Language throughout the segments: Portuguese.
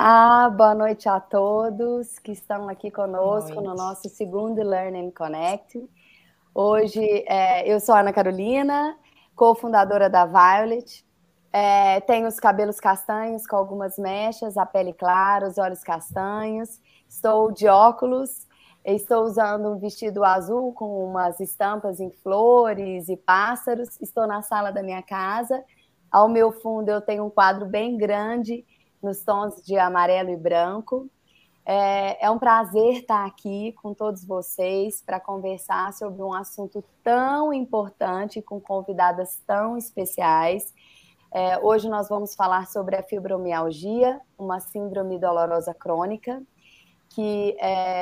Olá, boa noite a todos que estão aqui conosco no Noite. nosso segundo Learn and Connect. Hoje eu sou a Ana Carolina, cofundadora da Violet. Tenho os cabelos castanhos com algumas mechas, a pele clara, os olhos castanhos. Estou de óculos, estou usando um vestido azul com umas estampas em flores e pássaros. Estou na sala da minha casa. Ao meu fundo eu tenho um quadro bem grande nos tons de amarelo e branco. É um prazer estar aqui com todos vocês para conversar sobre um assunto tão importante com convidadas tão especiais. Hoje nós vamos falar sobre a fibromialgia, uma síndrome dolorosa crônica que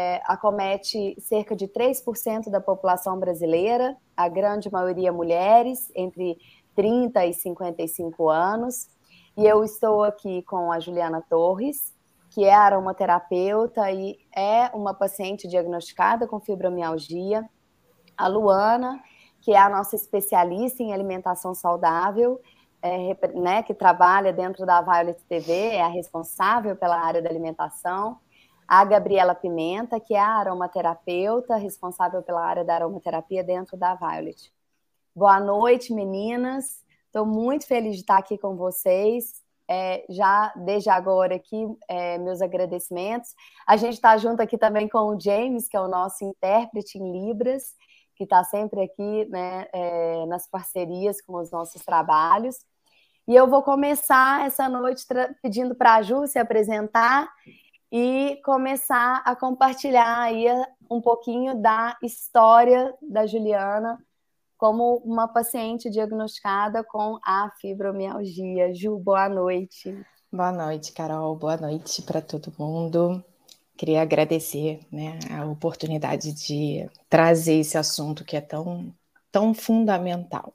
acomete cerca de 3% da população brasileira, a grande maioria mulheres, entre 30 e 55 anos. E eu estou aqui com a Juliana Torres, que é aromaterapeuta e é uma paciente diagnosticada com fibromialgia. A Luana, que é a nossa especialista em alimentação saudável, que trabalha dentro da Violet TV, é a responsável pela área da alimentação. A Gabriela Pimenta, que é a aromaterapeuta, responsável pela área da aromaterapia dentro da Violet. Boa noite, meninas. Estou muito feliz de estar aqui com vocês. Já desde agora aqui, meus agradecimentos. A gente está junto aqui também com o James, que é o nosso intérprete em Libras, que está sempre aqui, né, nas parcerias com os nossos trabalhos. E eu vou começar essa noite pedindo para a Ju se apresentar e começar a compartilhar aí um pouquinho da história da Juliana como uma paciente diagnosticada com a fibromialgia. Ju, boa noite. Boa noite, Carol. Boa noite para todo mundo. Queria agradecer, né, a oportunidade de trazer esse assunto que é tão fundamental.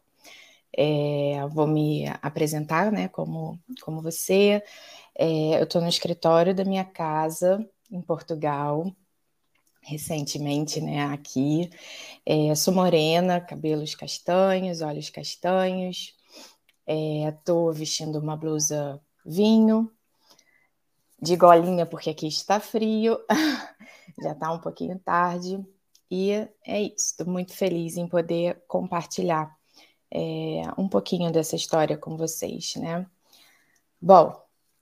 Vou me apresentar, né, como você. Eu estou no escritório da minha casa, em Portugal, recentemente, né, aqui. Sou morena, cabelos castanhos, olhos castanhos. Estou vestindo uma blusa vinho, de golinha, porque aqui está frio, já está um pouquinho tarde. E é isso, estou muito feliz em poder compartilhar um pouquinho dessa história com vocês, né? Bom,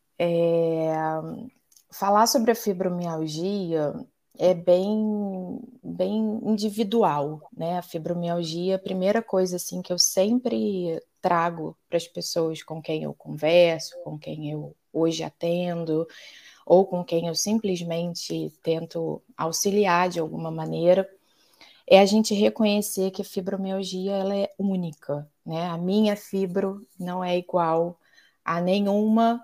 falar sobre a fibromialgia é bem individual, né? A fibromialgia, a primeira coisa assim que eu sempre trago para as pessoas com quem eu converso, com quem eu hoje atendo, ou com quem eu simplesmente tento auxiliar de alguma maneira, é a gente reconhecer que a fibromialgia ela é única, né? A minha fibro não é igual a nenhuma.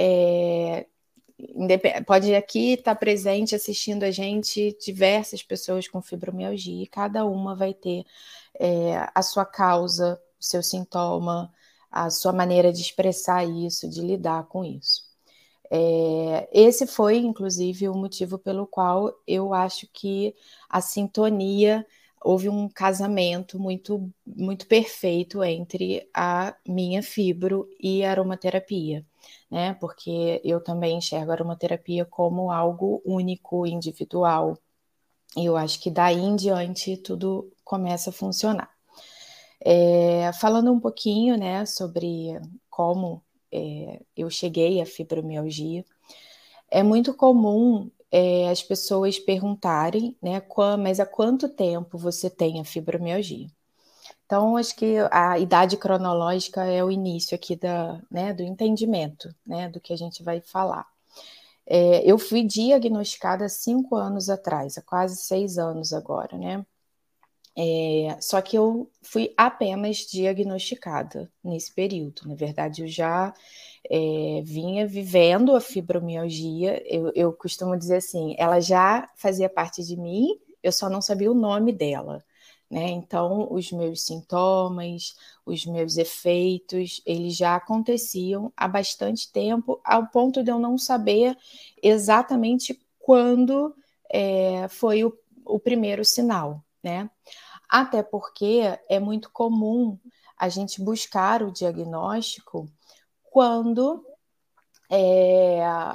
Pode aqui estar presente assistindo a gente diversas pessoas com fibromialgia e cada uma vai ter a sua causa, o seu sintoma, a sua maneira de expressar isso, de lidar com isso. Esse foi, inclusive, o motivo pelo qual eu acho que a sintonia, houve um casamento muito, muito perfeito entre a minha fibro e a aromaterapia, né? Porque eu também enxergo a aromaterapia como algo único, individual, e eu acho que daí em diante tudo começa a funcionar. Falando um pouquinho, né, sobre como eu cheguei à fibromialgia, é muito comum as pessoas perguntarem, né, mas há quanto tempo você tem a fibromialgia? Então, acho que a idade cronológica é o início aqui do entendimento, né, do que a gente vai falar. Eu fui diagnosticada há 5 anos atrás, há quase 6 anos agora, né? Só que eu fui apenas diagnosticada nesse período. Na verdade, eu já vinha vivendo a fibromialgia. Eu costumo dizer assim, ela já fazia parte de mim, eu só não sabia o nome dela, né? Então, os meus sintomas, os meus efeitos, eles já aconteciam há bastante tempo, ao ponto de eu não saber exatamente quando foi o primeiro sinal, né? Até porque é muito comum a gente buscar o diagnóstico quando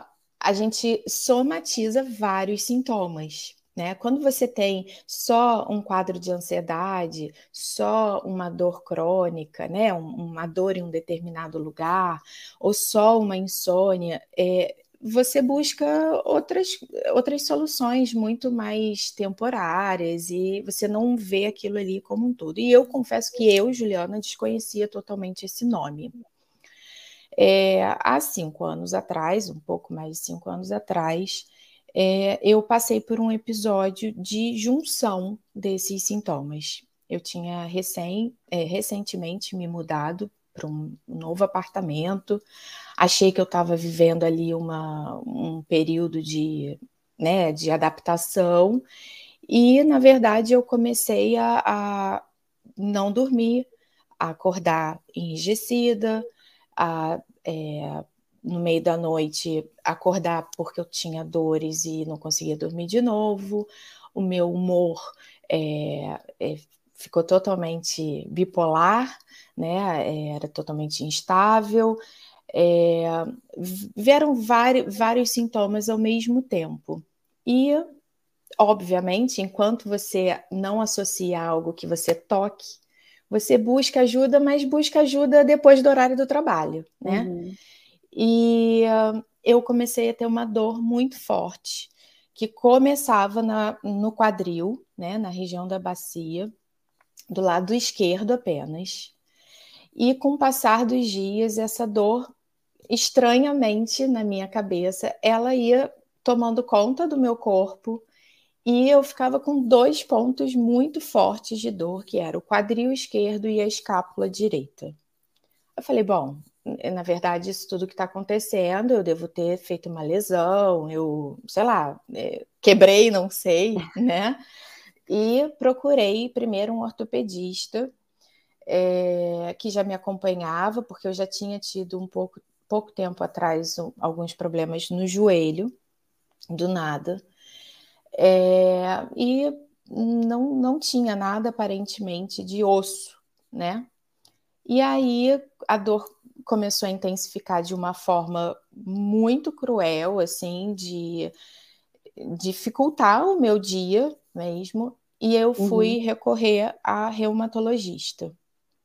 a gente somatiza vários sintomas, né? Quando você tem só um quadro de ansiedade, só uma dor crônica, né? Uma dor em um determinado lugar, ou só uma insônia, você busca outras soluções muito mais temporárias e você não vê aquilo ali como um todo. E eu confesso que eu, Juliana, desconhecia totalmente esse nome. Há 5 anos atrás, um pouco mais de 5 anos atrás, eu passei por um episódio de junção desses sintomas. Eu tinha recentemente me mudado para um novo apartamento, achei que eu estava vivendo ali um período de adaptação, e, na verdade, eu comecei a não dormir, a acordar enrijecida, no meio da noite acordar porque eu tinha dores e não conseguia dormir de novo, o meu humor ficou totalmente bipolar, né? Era totalmente instável, vieram vários sintomas ao mesmo tempo. E, obviamente, enquanto você não associa algo que você toque, você busca ajuda, mas busca ajuda depois do horário do trabalho, né? Uhum. E eu comecei a ter uma dor muito forte, que começava no quadril, né, na região da bacia, do lado esquerdo apenas. E com o passar dos dias, essa dor, estranhamente, na minha cabeça, ela ia tomando conta do meu corpo, e eu ficava com 2 pontos muito fortes de dor, que era o quadril esquerdo e a escápula direita. Eu falei, bom, na verdade, isso tudo que está acontecendo, eu devo ter feito uma lesão, eu, sei lá, quebrei, não sei, né? E procurei primeiro um ortopedista que já me acompanhava, porque eu já tinha tido pouco tempo atrás alguns problemas no joelho, do nada. E não tinha nada aparentemente de osso, né? E aí a dor começou a intensificar de uma forma muito cruel, assim, de dificultar o meu dia mesmo, e eu fui recorrer a reumatologista.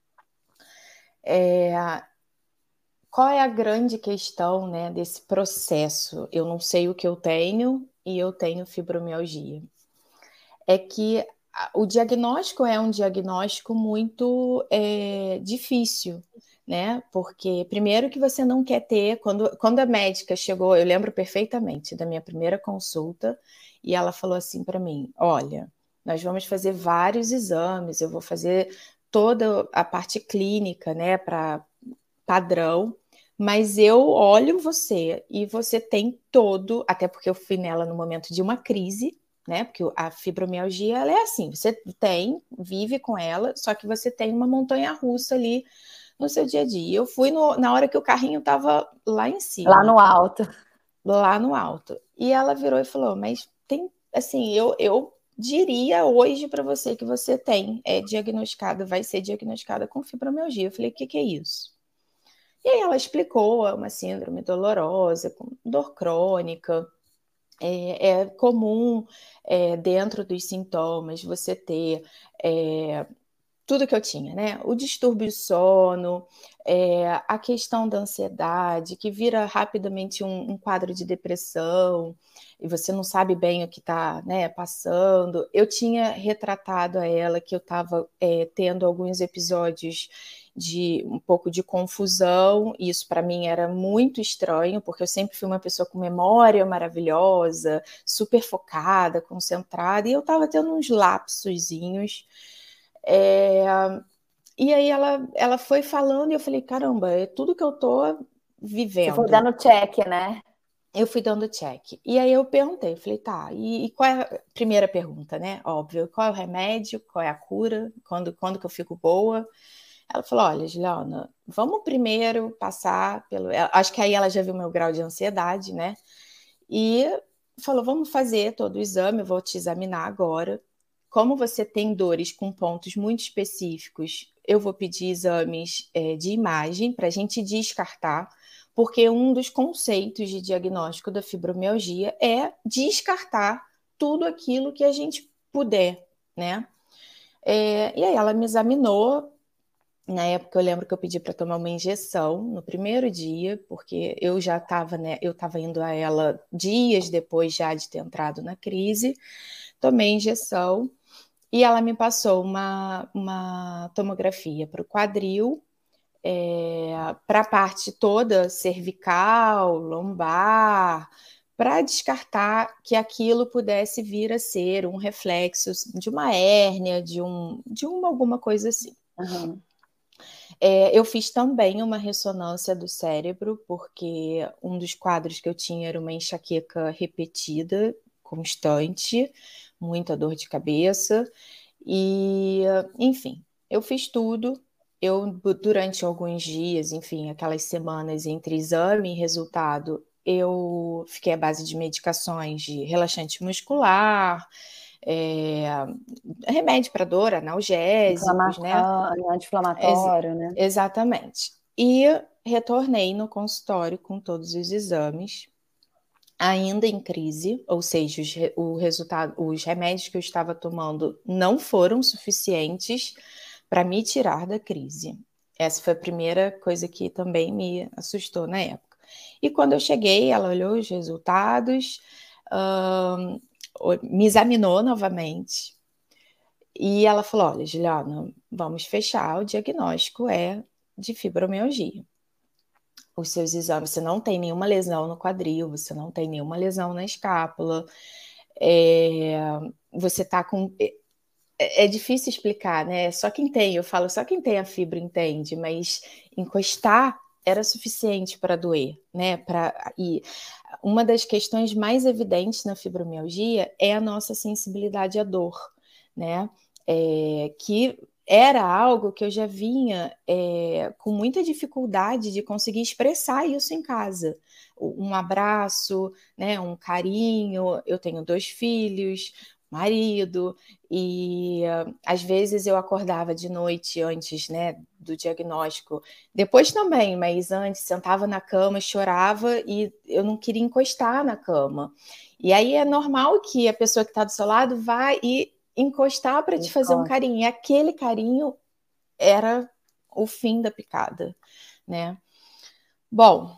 Qual é a grande questão, né, desse processo? Eu não sei o que eu tenho e eu tenho fibromialgia. É que o diagnóstico é um diagnóstico muito difícil, né? Porque primeiro que você não quer ter, quando a médica chegou, eu lembro perfeitamente da minha primeira consulta, e ela falou assim para mim: olha, nós vamos fazer vários exames, eu vou fazer toda a parte clínica, né, para padrão, mas eu olho você e você tem até porque eu fui nela no momento de uma crise, né? Porque a fibromialgia, ela é assim, você vive com ela, só que você tem uma montanha-russa ali no seu dia a dia. Eu fui na hora que o carrinho estava lá em cima. Lá no alto. Lá no alto. E ela virou e falou, mas tem, assim, eu diria hoje para você que você vai ser diagnosticada com fibromialgia. Eu falei, o que é isso? E aí ela explicou, é uma síndrome dolorosa, com dor crônica, é comum dentro dos sintomas você ter tudo que eu tinha, né? O distúrbio de sono, a questão da ansiedade, que vira rapidamente um quadro de depressão, e você não sabe bem o que está, né, passando. Eu tinha retratado a ela que eu estava tendo alguns episódios de um pouco de confusão, e isso para mim era muito estranho, porque eu sempre fui uma pessoa com memória maravilhosa, super focada, concentrada, e eu estava tendo uns lapsozinhos. E aí ela foi falando e eu falei, caramba, é tudo que eu tô Você foi vivendo. dando check, né? Eu fui dando check. E aí eu perguntei, falei, tá, e qual é a primeira pergunta, né? Óbvio, qual é o remédio, qual é a cura, quando que eu fico boa? Ela falou, olha, Juliana, vamos primeiro passar pelo... Acho que aí ela já viu meu grau de ansiedade, né? E falou, vamos fazer todo o exame, eu vou te examinar agora. Como você tem dores com pontos muito específicos, eu vou pedir exames de imagem para a gente descartar, porque um dos conceitos de diagnóstico da fibromialgia é descartar tudo aquilo que a gente puder, né? E aí ela me examinou. Na época eu lembro que eu pedi para tomar uma injeção no primeiro dia, porque eu já estava, né, eu estava indo a ela dias depois já de ter entrado na crise. Tomei injeção e ela me passou uma tomografia para o quadril, para a parte toda cervical, lombar, para descartar que aquilo pudesse vir a ser um reflexo de uma hérnia, de alguma coisa assim. Uhum. Eu fiz também uma ressonância do cérebro, porque um dos quadros que eu tinha era uma enxaqueca repetida, constante, muita dor de cabeça, e, enfim, eu fiz tudo. Durante alguns dias, enfim, aquelas semanas entre exame e resultado, eu fiquei à base de medicações de relaxante muscular, remédio para dor, analgésicos, né? Anti-inflamatório, né? Exatamente. E retornei no consultório com todos os exames, ainda em crise, ou seja, os remédios que eu estava tomando não foram suficientes para me tirar da crise. Essa foi a primeira coisa que também me assustou na época. E quando eu cheguei, ela olhou os resultados, me examinou novamente. E ela falou: olha, Juliana, vamos fechar, o diagnóstico é de fibromialgia. Os seus exames, você não tem nenhuma lesão no quadril, você não tem nenhuma lesão na escápula, você tá com... É difícil explicar, né? Só quem tem, eu falo, só quem tem a fibra entende, mas encostar era suficiente para doer, né? E uma das questões mais evidentes na fibromialgia é a nossa sensibilidade à dor, né? Que era algo que eu já vinha com muita dificuldade de conseguir expressar isso em casa. Um abraço, né, um carinho. Eu tenho 2 filhos, marido, e às vezes eu acordava de noite antes, né, do diagnóstico, depois também, mas antes sentava na cama, chorava e eu não queria encostar na cama. E aí é normal que a pessoa que está do seu lado vá e encostar para te fazer um carinho. E aquele carinho era o fim da picada, né? Bom,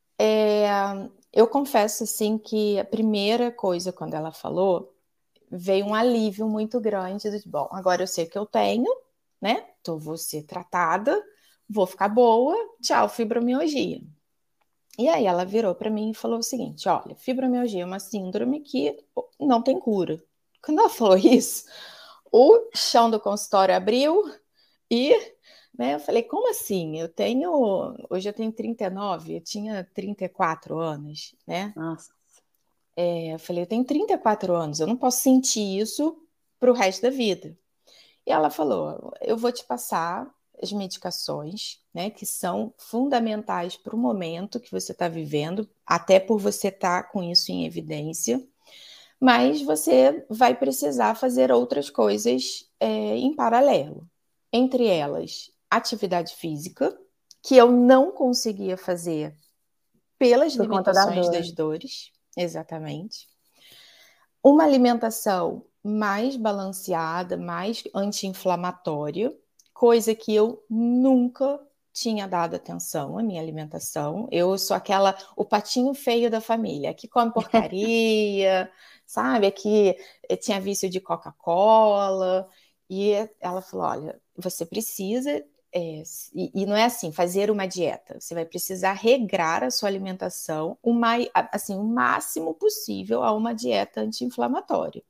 eu confesso assim que a primeira coisa quando ela falou veio um alívio muito grande de, bom, agora eu sei o que eu tenho, né? Então vou ser tratada, vou ficar boa, tchau, fibromialgia. E aí ela virou para mim e falou o seguinte: olha, fibromialgia é uma síndrome que não tem cura. Quando ela falou isso, o chão do consultório abriu e, né, eu falei, como assim? Hoje eu tenho 39, eu tinha 34 anos, né? Nossa. Eu falei, eu tenho 34 anos, eu não posso sentir isso para o resto da vida. E ela falou, eu vou te passar as medicações, né, que são fundamentais para o momento que você está vivendo, até por você estar com isso em evidência, mas você vai precisar fazer outras coisas em paralelo. Entre elas, atividade física, que eu não conseguia fazer pelas Por conta da limitações dor. das dores, exatamente. Uma alimentação mais balanceada, mais anti-inflamatória, coisa que eu nunca tinha dado atenção à minha alimentação. Eu sou o patinho feio da família, que come porcaria, sabe? Que tinha vício de Coca-Cola. E ela falou: olha, você precisa. E não é assim, fazer uma dieta. Você vai precisar regrar a sua alimentação assim, o máximo possível a uma dieta anti-inflamatória.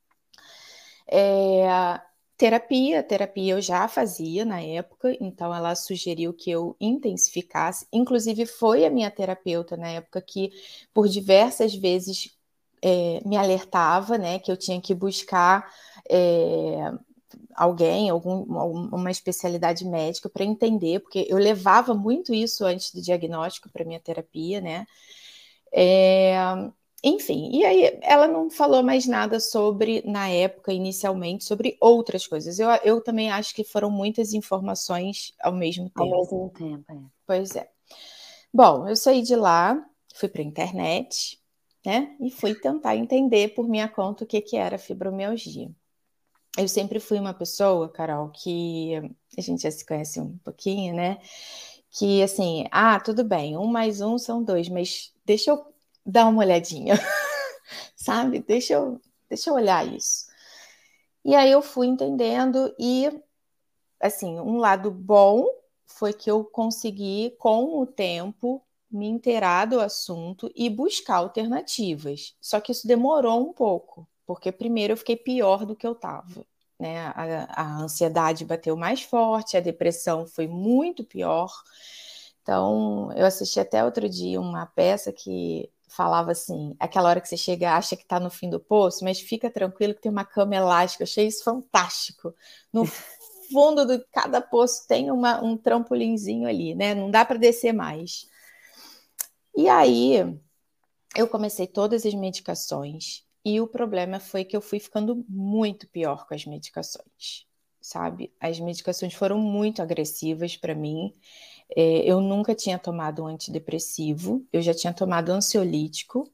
Terapia eu já fazia na época, então ela sugeriu que eu intensificasse. Inclusive, foi a minha terapeuta na época que, por diversas vezes, me alertava, né, que eu tinha que buscar alguém, uma especialidade médica para entender, porque eu levava muito isso antes do diagnóstico para minha terapia, né? Enfim, e aí ela não falou mais nada sobre, na época, inicialmente, sobre outras coisas. Eu também acho que foram muitas informações ao mesmo tempo. Ao mesmo tempo, Pois é. Bom, eu saí de lá, fui para a internet, né? E fui tentar entender por minha conta o que era fibromialgia. Eu sempre fui uma pessoa, Carol, que a gente já se conhece um pouquinho, né? Que assim, tudo bem, 1 mais 1 são 2, mas deixa eu dar uma olhadinha, sabe? Deixa eu olhar isso. E aí eu fui entendendo e, assim, um lado bom foi que eu consegui, com o tempo, me inteirar do assunto e buscar alternativas. Só que isso demorou um pouco, porque primeiro eu fiquei pior do que eu estava. Né? A ansiedade bateu mais forte, a depressão foi muito pior. Então, eu assisti até outro dia uma peça que falava assim, aquela hora que você chega, acha que está no fim do poço, mas fica tranquilo que tem uma cama elástica. Eu achei isso fantástico. No fundo de cada poço tem um trampolinzinho ali, né? Não dá para descer mais. E aí, eu comecei todas as medicações e o problema foi que eu fui ficando muito pior com as medicações, sabe? As medicações foram muito agressivas para mim. Eu nunca tinha tomado um antidepressivo, eu já tinha tomado ansiolítico.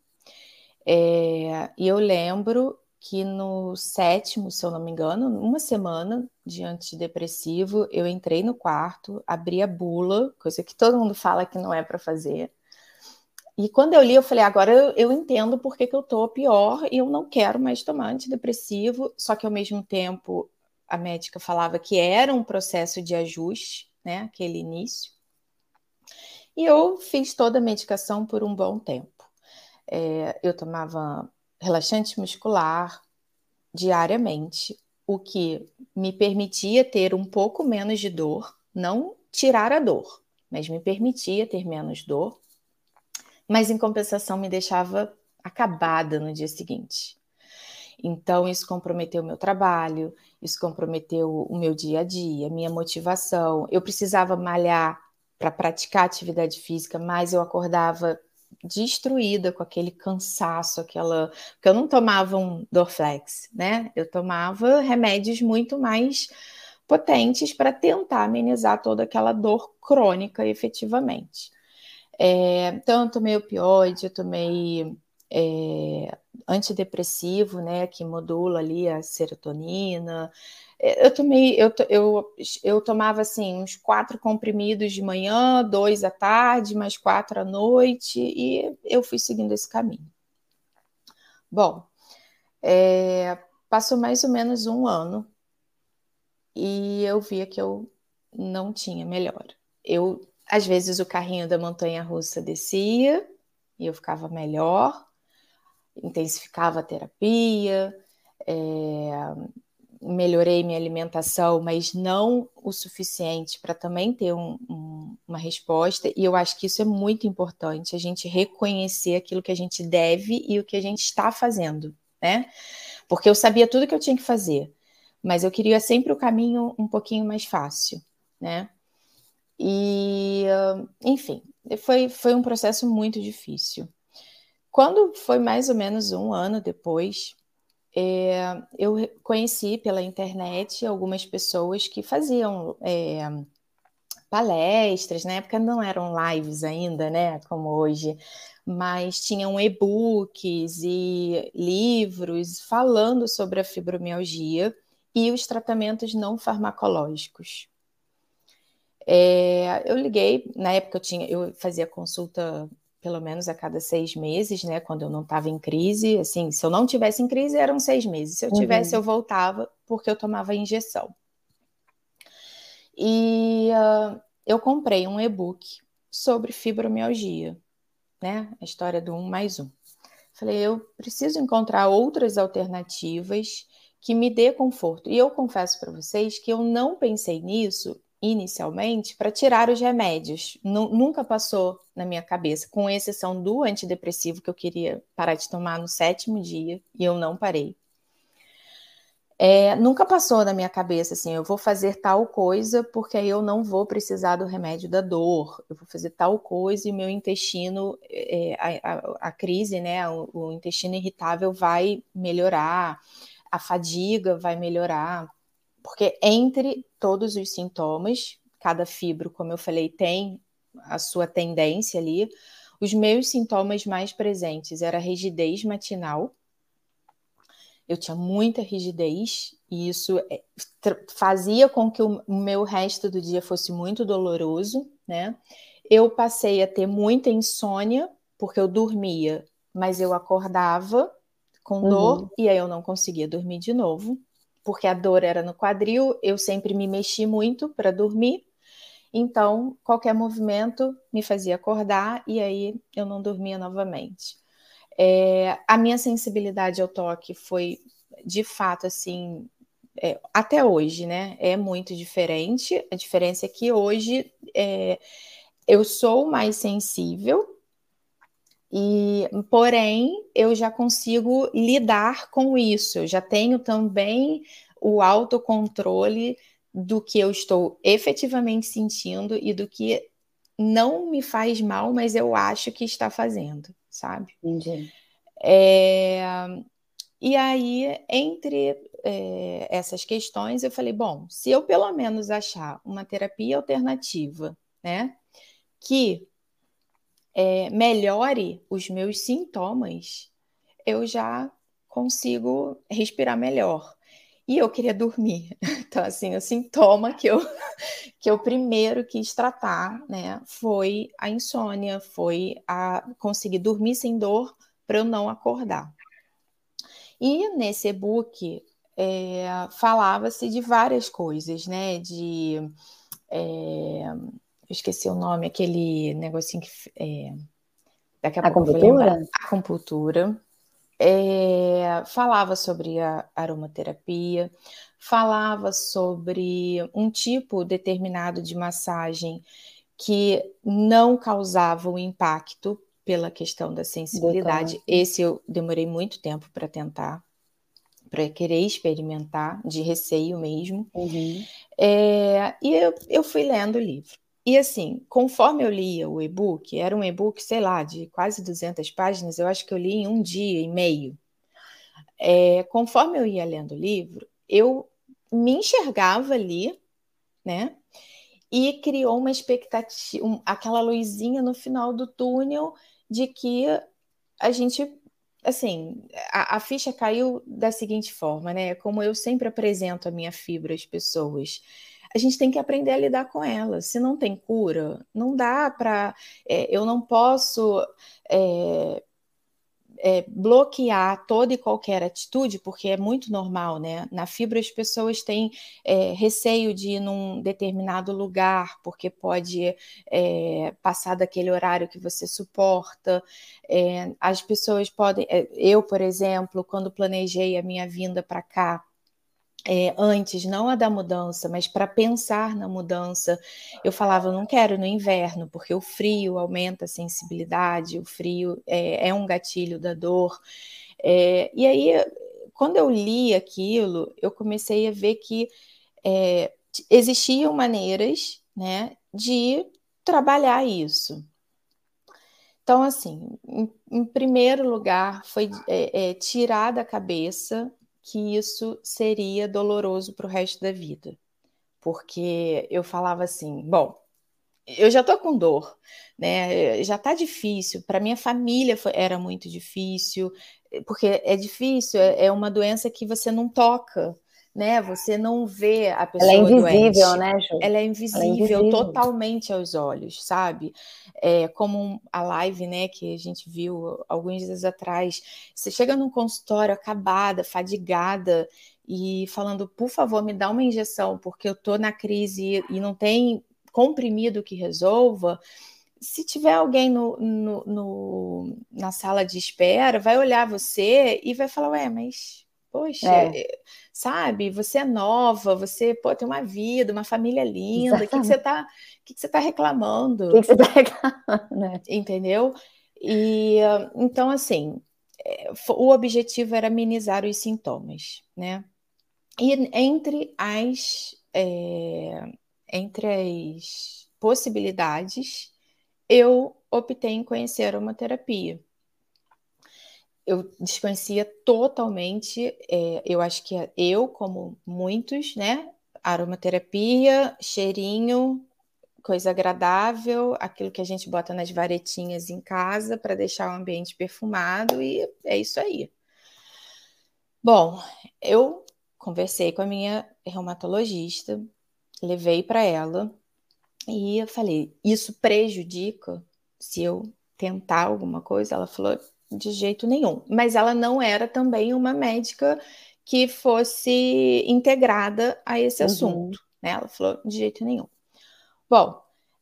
E eu lembro que no 7º, se eu não me engano, uma semana de antidepressivo, eu entrei no quarto, abri a bula, coisa que todo mundo fala que não é para fazer. E quando eu li, eu falei, agora eu entendo por que eu tô pior e eu não quero mais tomar antidepressivo, só que ao mesmo tempo a médica falava que era um processo de ajuste, né, aquele início. E eu fiz toda a medicação por um bom tempo. Eu tomava relaxante muscular diariamente, o que me permitia ter um pouco menos de dor, não tirar a dor, mas me permitia ter menos dor, mas em compensação me deixava acabada no dia seguinte. Então, isso comprometeu o meu trabalho, isso comprometeu o meu dia a dia, minha motivação. Eu precisava malhar para praticar atividade física, mas eu acordava destruída com aquele cansaço, porque eu não tomava um Dorflex, né? Eu tomava remédios muito mais potentes para tentar amenizar toda aquela dor crônica efetivamente. Então, eu tomei opioide, eu tomei antidepressivo, né, que modula ali a serotonina. Eu tomava assim uns 4 comprimidos de manhã, 2 à tarde, mais 4 à noite, e eu fui seguindo esse caminho. Bom, passou mais ou menos um ano e eu via que eu não tinha melhora. Às vezes o carrinho da montanha-russa descia e eu ficava melhor, intensificava a terapia, melhorei minha alimentação, mas não o suficiente para também ter uma resposta. E eu acho que isso é muito importante, a gente reconhecer aquilo que a gente deve e o que a gente está fazendo, né? Porque eu sabia tudo que eu tinha que fazer, mas eu queria sempre o caminho um pouquinho mais fácil, né? E, enfim, foi um processo muito difícil. Quando foi mais ou menos um ano depois, eu conheci pela internet algumas pessoas que faziam palestras, na época não eram lives ainda, né, como hoje, mas tinham e-books e livros falando sobre a fibromialgia e os tratamentos não farmacológicos. Eu liguei, na época eu fazia consulta pelo menos a cada 6 meses, né? Quando eu não estava em crise, assim, se eu não tivesse em crise, eram 6 meses. Se eu tivesse, eu voltava, porque eu tomava injeção. E eu comprei um e-book sobre fibromialgia, né? A história do 1 mais 1. Falei, eu preciso encontrar outras alternativas que me dê conforto. E eu confesso para vocês que eu não pensei nisso inicialmente para tirar os remédios. Nunca passou na minha cabeça, com exceção do antidepressivo que eu queria parar de tomar no 7º dia e eu não parei. Nunca passou na minha cabeça assim, eu vou fazer tal coisa porque aí eu não vou precisar do remédio da dor, eu vou fazer tal coisa e meu intestino, a crise, né, o intestino irritável vai melhorar, a fadiga vai melhorar, porque entre todos os sintomas, cada fibro, como eu falei, tem a sua tendência ali. Os meus sintomas mais presentes era rigidez matinal. Eu tinha muita rigidez e isso fazia com que o meu resto do dia fosse muito doloroso, né? Eu passei a ter muita insônia, porque eu dormia, mas eu acordava com dor e aí eu não conseguia dormir de novo, porque a dor era no quadril, eu sempre me mexi muito para dormir, então qualquer movimento me fazia acordar e aí eu não dormia novamente. A minha sensibilidade ao toque foi, de fato, assim, até hoje, né? É muito diferente. A diferença é que hoje eu sou mais sensível, porém, eu já consigo lidar com isso. Eu já tenho também o autocontrole do que eu estou efetivamente sentindo e do que não me faz mal, mas eu acho que está fazendo, sabe? Entendi. E aí, entre essas questões, eu falei, bom, se eu pelo menos achar uma terapia alternativa, né, que melhore os meus sintomas, eu já consigo respirar melhor. E eu queria dormir. Então, assim, o sintoma que eu primeiro quis tratar, né, foi a insônia, foi a conseguir dormir sem dor para eu não acordar. E nesse e-book falava-se de várias coisas, né? Eu esqueci o nome, aquele negocinho que daqui a pouco eu vou lembrar. Acupuntura. Falava sobre a aromaterapia, falava sobre um tipo determinado de massagem que não causava o impacto pela questão da sensibilidade. Esse eu demorei muito tempo para tentar, para querer experimentar, de receio mesmo. E eu fui lendo o livro. E assim, conforme eu lia o e-book, era um e-book, sei lá, de quase 200 páginas, eu acho que eu li em 1 dia e meio. Conforme eu ia lendo o livro, eu me enxergava ali, né? E criou uma expectativa, aquela luzinha no final do túnel de que a gente, assim, a ficha caiu da seguinte forma, né? Como eu sempre apresento a minha fibra às pessoas, a gente tem que aprender a lidar com ela. Se não tem cura, não dá para. Eu não posso. Bloquear toda e qualquer atitude, porque é muito normal, né? Na fibra as pessoas têm receio de ir num determinado lugar, porque pode passar daquele horário que você suporta. As pessoas podem... eu, por exemplo, quando planejei a minha vinda para cá, antes, não a da mudança, mas para pensar na mudança, eu falava, eu não quero no inverno, porque o frio aumenta a sensibilidade, o frio é um gatilho da dor. E aí, quando eu li aquilo, eu comecei a ver que existiam maneiras, né, de trabalhar isso. Então, assim, em primeiro lugar, foi tirar da cabeça que isso seria doloroso para o resto da vida. Porque eu falava assim, bom, eu já tô com dor, né? Já tá difícil. Para minha família era muito difícil, porque é difícil, é uma doença que você não toca, né? Você não vê a pessoa doente. Ela é invisível, doente. né, Ju? Ela é invisível totalmente aos olhos, sabe? Como a live, né, que a gente viu alguns dias atrás. Você chega num consultório acabada, fadigada, e falando, por favor, me dá uma injeção, porque eu tô na crise e não tem comprimido que resolva. Se tiver alguém na sala de espera, vai olhar você e vai falar, ué, mas, poxa, sabe, você é nova, você tem uma vida, uma família linda, o que você tá reclamando? O que você tá reclamando, né? Entendeu? E então, assim, o objetivo era amenizar os sintomas, né? E entre as possibilidades, eu optei em conhecer a aromaterapia. Eu desconhecia totalmente, eu acho que eu, como muitos, né? Aromaterapia, cheirinho, coisa agradável, aquilo que a gente bota nas varetinhas em casa para deixar o ambiente perfumado, e é isso aí. Bom, eu conversei com a minha reumatologista, levei para ela e eu falei, isso prejudica se eu tentar alguma coisa? Ela falou, de jeito nenhum. Mas ela não era também uma médica que fosse integrada a esse assunto, né? Ela falou, de jeito nenhum. Bom,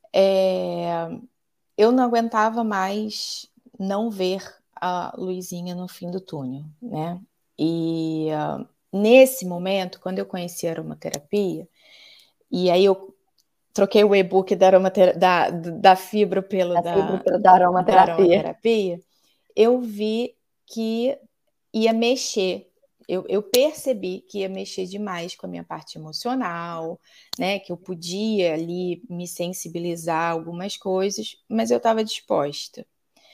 eu não aguentava mais não ver a Luizinha no fim do túnel, né? E nesse momento, quando eu conheci a aromaterapia, e aí eu troquei o e-book da fibra pelo da aromaterapia. aromaterapia, eu vi que ia mexer. Eu percebi que ia mexer demais com a minha parte emocional, né? Que eu podia ali me sensibilizar a algumas coisas, mas eu estava disposta.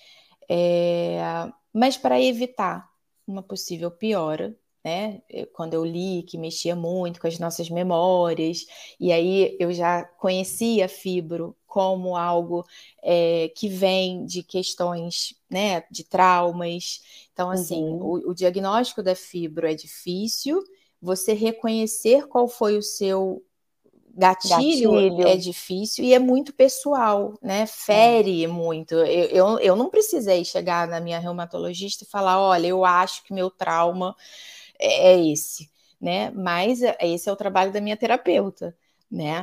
Mas para evitar uma possível piora, né? Quando eu li que mexia muito com as nossas memórias, e aí eu já conhecia a fibro como algo que vem de questões, né, de traumas. Então, assim, o diagnóstico da fibro é difícil, você reconhecer qual foi o seu gatilho é difícil e é muito pessoal, né? Fere muito. Eu não precisei chegar na minha reumatologista e falar, olha, eu acho que meu trauma é esse, né? Mas esse é o trabalho da minha terapeuta, né?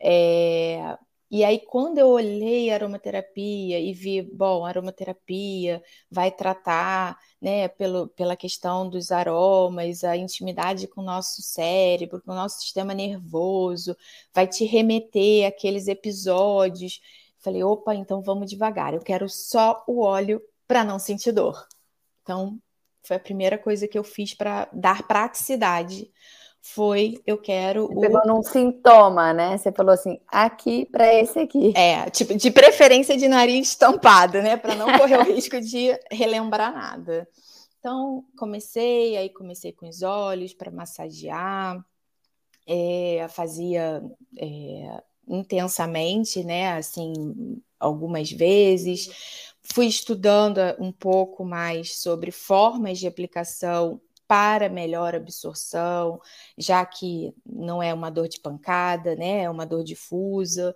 E aí, quando eu olhei a aromaterapia e vi, bom, a aromaterapia vai tratar, né, pela questão dos aromas, a intimidade com o nosso cérebro, com o nosso sistema nervoso, vai te remeter àqueles episódios. Falei, opa, então vamos devagar, eu quero só o óleo para não sentir dor. Então, foi a primeira coisa que eu fiz para dar praticidade. Eu quero Você pegou num sintoma, né? Você falou assim, aqui para esse aqui. Tipo, de preferência de nariz tampado, né? Para não correr o risco de relembrar nada. Então, comecei com os olhos para massagear, fazia intensamente, né? Assim, algumas vezes. Fui estudando um pouco mais sobre formas de aplicação para melhor absorção, já que não é uma dor de pancada, né? É uma dor difusa.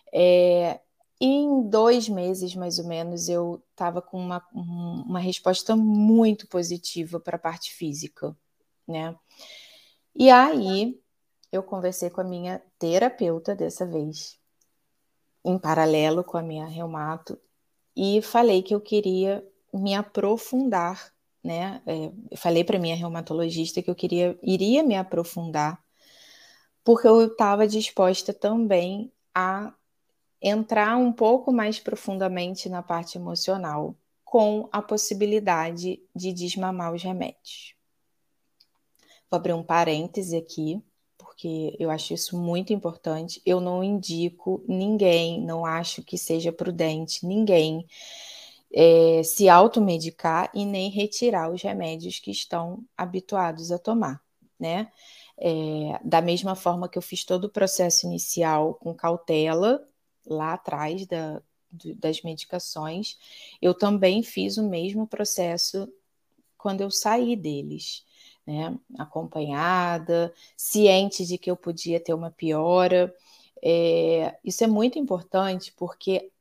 Em 2 meses, mais ou menos, eu estava com uma resposta muito positiva para a parte física, né? E aí, eu conversei com a minha terapeuta dessa vez, em paralelo com a minha reumato, e falei que eu queria me aprofundar, né? Eu falei para a minha reumatologista que eu iria me aprofundar, porque eu estava disposta também a entrar um pouco mais profundamente na parte emocional, com a possibilidade de desmamar os remédios. Vou abrir um parêntese aqui, porque eu acho isso muito importante. Eu não indico ninguém, não acho que seja prudente ninguém se automedicar e nem retirar os remédios que estão habituados a tomar, né? Da mesma forma que eu fiz todo o processo inicial com cautela, lá atrás das medicações, eu também fiz o mesmo processo quando eu saí deles, né? Acompanhada, ciente de que eu podia ter uma piora. Isso é muito importante porque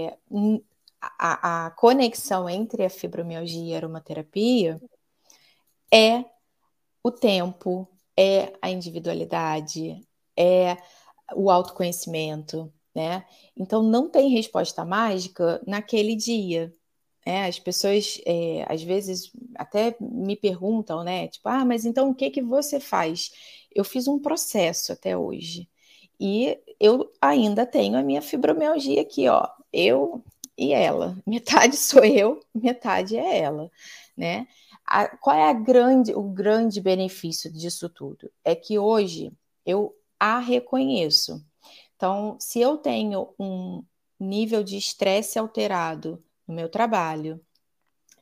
a conexão entre a fibromialgia e a aromaterapia é o tempo, é a individualidade, é o autoconhecimento, né? Então não tem resposta mágica naquele dia. As pessoas às vezes até me perguntam, né? Tipo, mas então o que que você faz? Eu fiz um processo até hoje. E eu ainda tenho a minha fibromialgia aqui, ó. Eu e ela. Metade sou eu, metade é ela, né? Qual é o grande benefício disso tudo? É que hoje eu a reconheço. Então, se eu tenho um nível de estresse alterado no meu trabalho,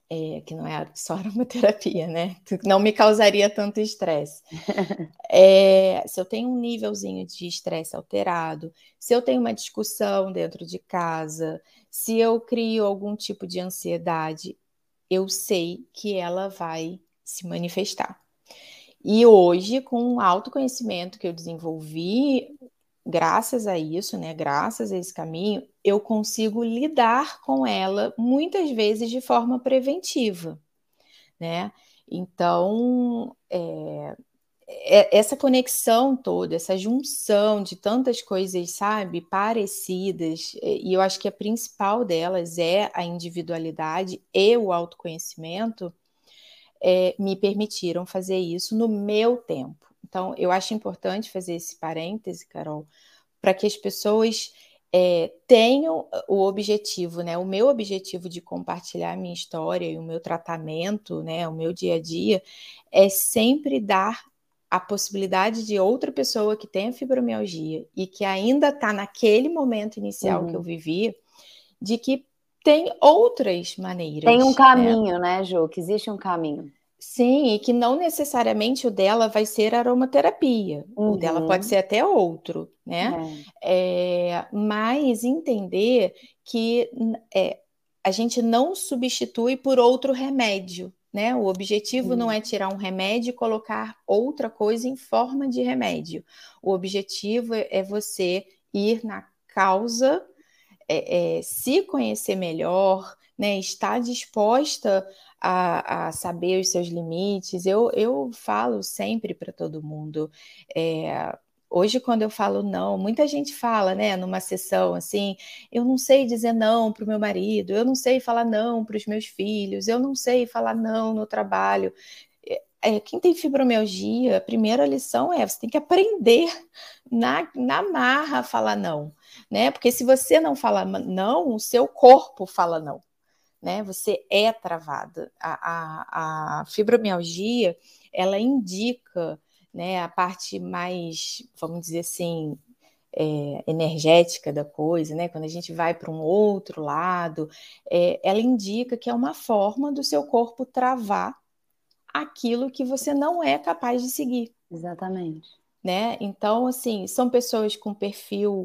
que não é só aromaterapia, né? Não me causaria tanto estresse. Se eu tenho um nívelzinho de estresse alterado, se eu tenho uma discussão dentro de casa, se eu crio algum tipo de ansiedade, eu sei que ela vai se manifestar. E hoje, com o autoconhecimento que eu desenvolvi, graças a isso, né, graças a esse caminho, eu consigo lidar com ela muitas vezes de forma preventiva, né? Então, essa conexão toda, essa junção de tantas coisas, sabe, parecidas, e eu acho que a principal delas é a individualidade e o autoconhecimento, me permitiram fazer isso no meu tempo. Então, eu acho importante fazer esse parêntese, Carol, para que as pessoas tenham o objetivo, né? O meu objetivo de compartilhar a minha história e o meu tratamento, né? O meu dia a dia, é sempre dar a possibilidade de outra pessoa que tenha fibromialgia e que ainda está naquele momento inicial que eu vivi, de que tem outras maneiras. Tem um caminho, né, Ju? Que existe um caminho. Sim, e que não necessariamente o dela vai ser aromaterapia, o dela pode ser até outro, né? Mas entender que a gente não substitui por outro remédio, né? O objetivo não é tirar um remédio e colocar outra coisa em forma de remédio. O objetivo é você ir na causa, se conhecer melhor, né? Estar disposta a saber os seus limites. Eu falo sempre para todo mundo. Hoje, quando eu falo não, muita gente fala, né, numa sessão assim, eu não sei dizer não para o meu marido, eu não sei falar não para os meus filhos, eu não sei falar não no trabalho. Quem tem fibromialgia, a primeira lição você tem que aprender na marra a falar não, né? Porque se você não fala não, o seu corpo fala não, né? Você é travada. A fibromialgia, ela indica, né, a parte mais, vamos dizer assim, energética da coisa, né? Quando a gente vai para um outro lado, ela indica que é uma forma do seu corpo travar aquilo que você não é capaz de seguir. Exatamente. Né? Então, assim, são pessoas com perfil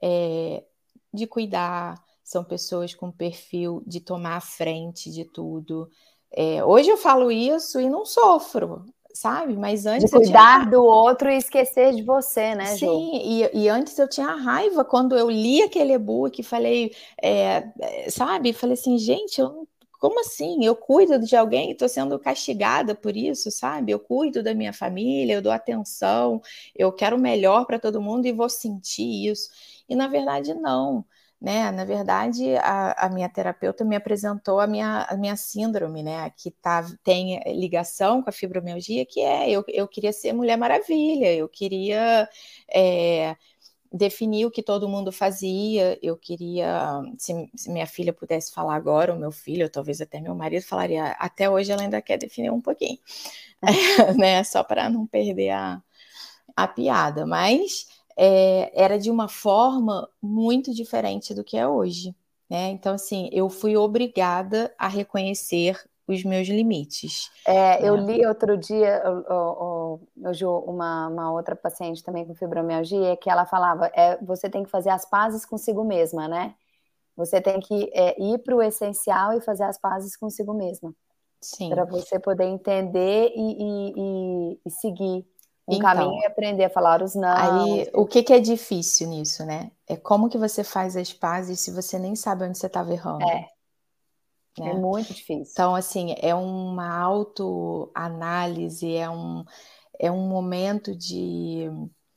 de cuidar, são pessoas com perfil de tomar a frente de tudo. Hoje eu falo isso e não sofro, sabe? Mas antes de cuidar do outro e esquecer de você, né, Ju? Sim, e antes eu tinha raiva quando eu li aquele e-book e falei, sabe? Falei assim, gente, como assim? Eu cuido de alguém e estou sendo castigada por isso, sabe? Eu cuido da minha família, eu dou atenção, eu quero o melhor para todo mundo e vou sentir isso. E na verdade, não. Né? Na verdade, a minha terapeuta me apresentou a minha síndrome, né? Que tem ligação com a fibromialgia, que eu queria ser Mulher Maravilha, eu queria definir o que todo mundo fazia, eu queria, se minha filha pudesse falar agora, ou meu filho, ou talvez até meu marido, falaria, até hoje ela ainda quer definir um pouquinho, né? Só para não perder a piada, mas era de uma forma muito diferente do que é hoje, né? Então, assim, eu fui obrigada a reconhecer os meus limites. Eu li outro dia, Ju, uma outra paciente também com fibromialgia, que ela falava, você tem que fazer as pazes consigo mesma, né? Você tem que ir para o essencial e fazer as pazes consigo mesma. Para você poder entender e seguir um caminho e aprender a falar os não. Aí, o que é difícil nisso, né? É como que você faz as pazes se você nem sabe onde você estava errando. Né? É muito difícil. Então, assim, é uma autoanálise, é um momento de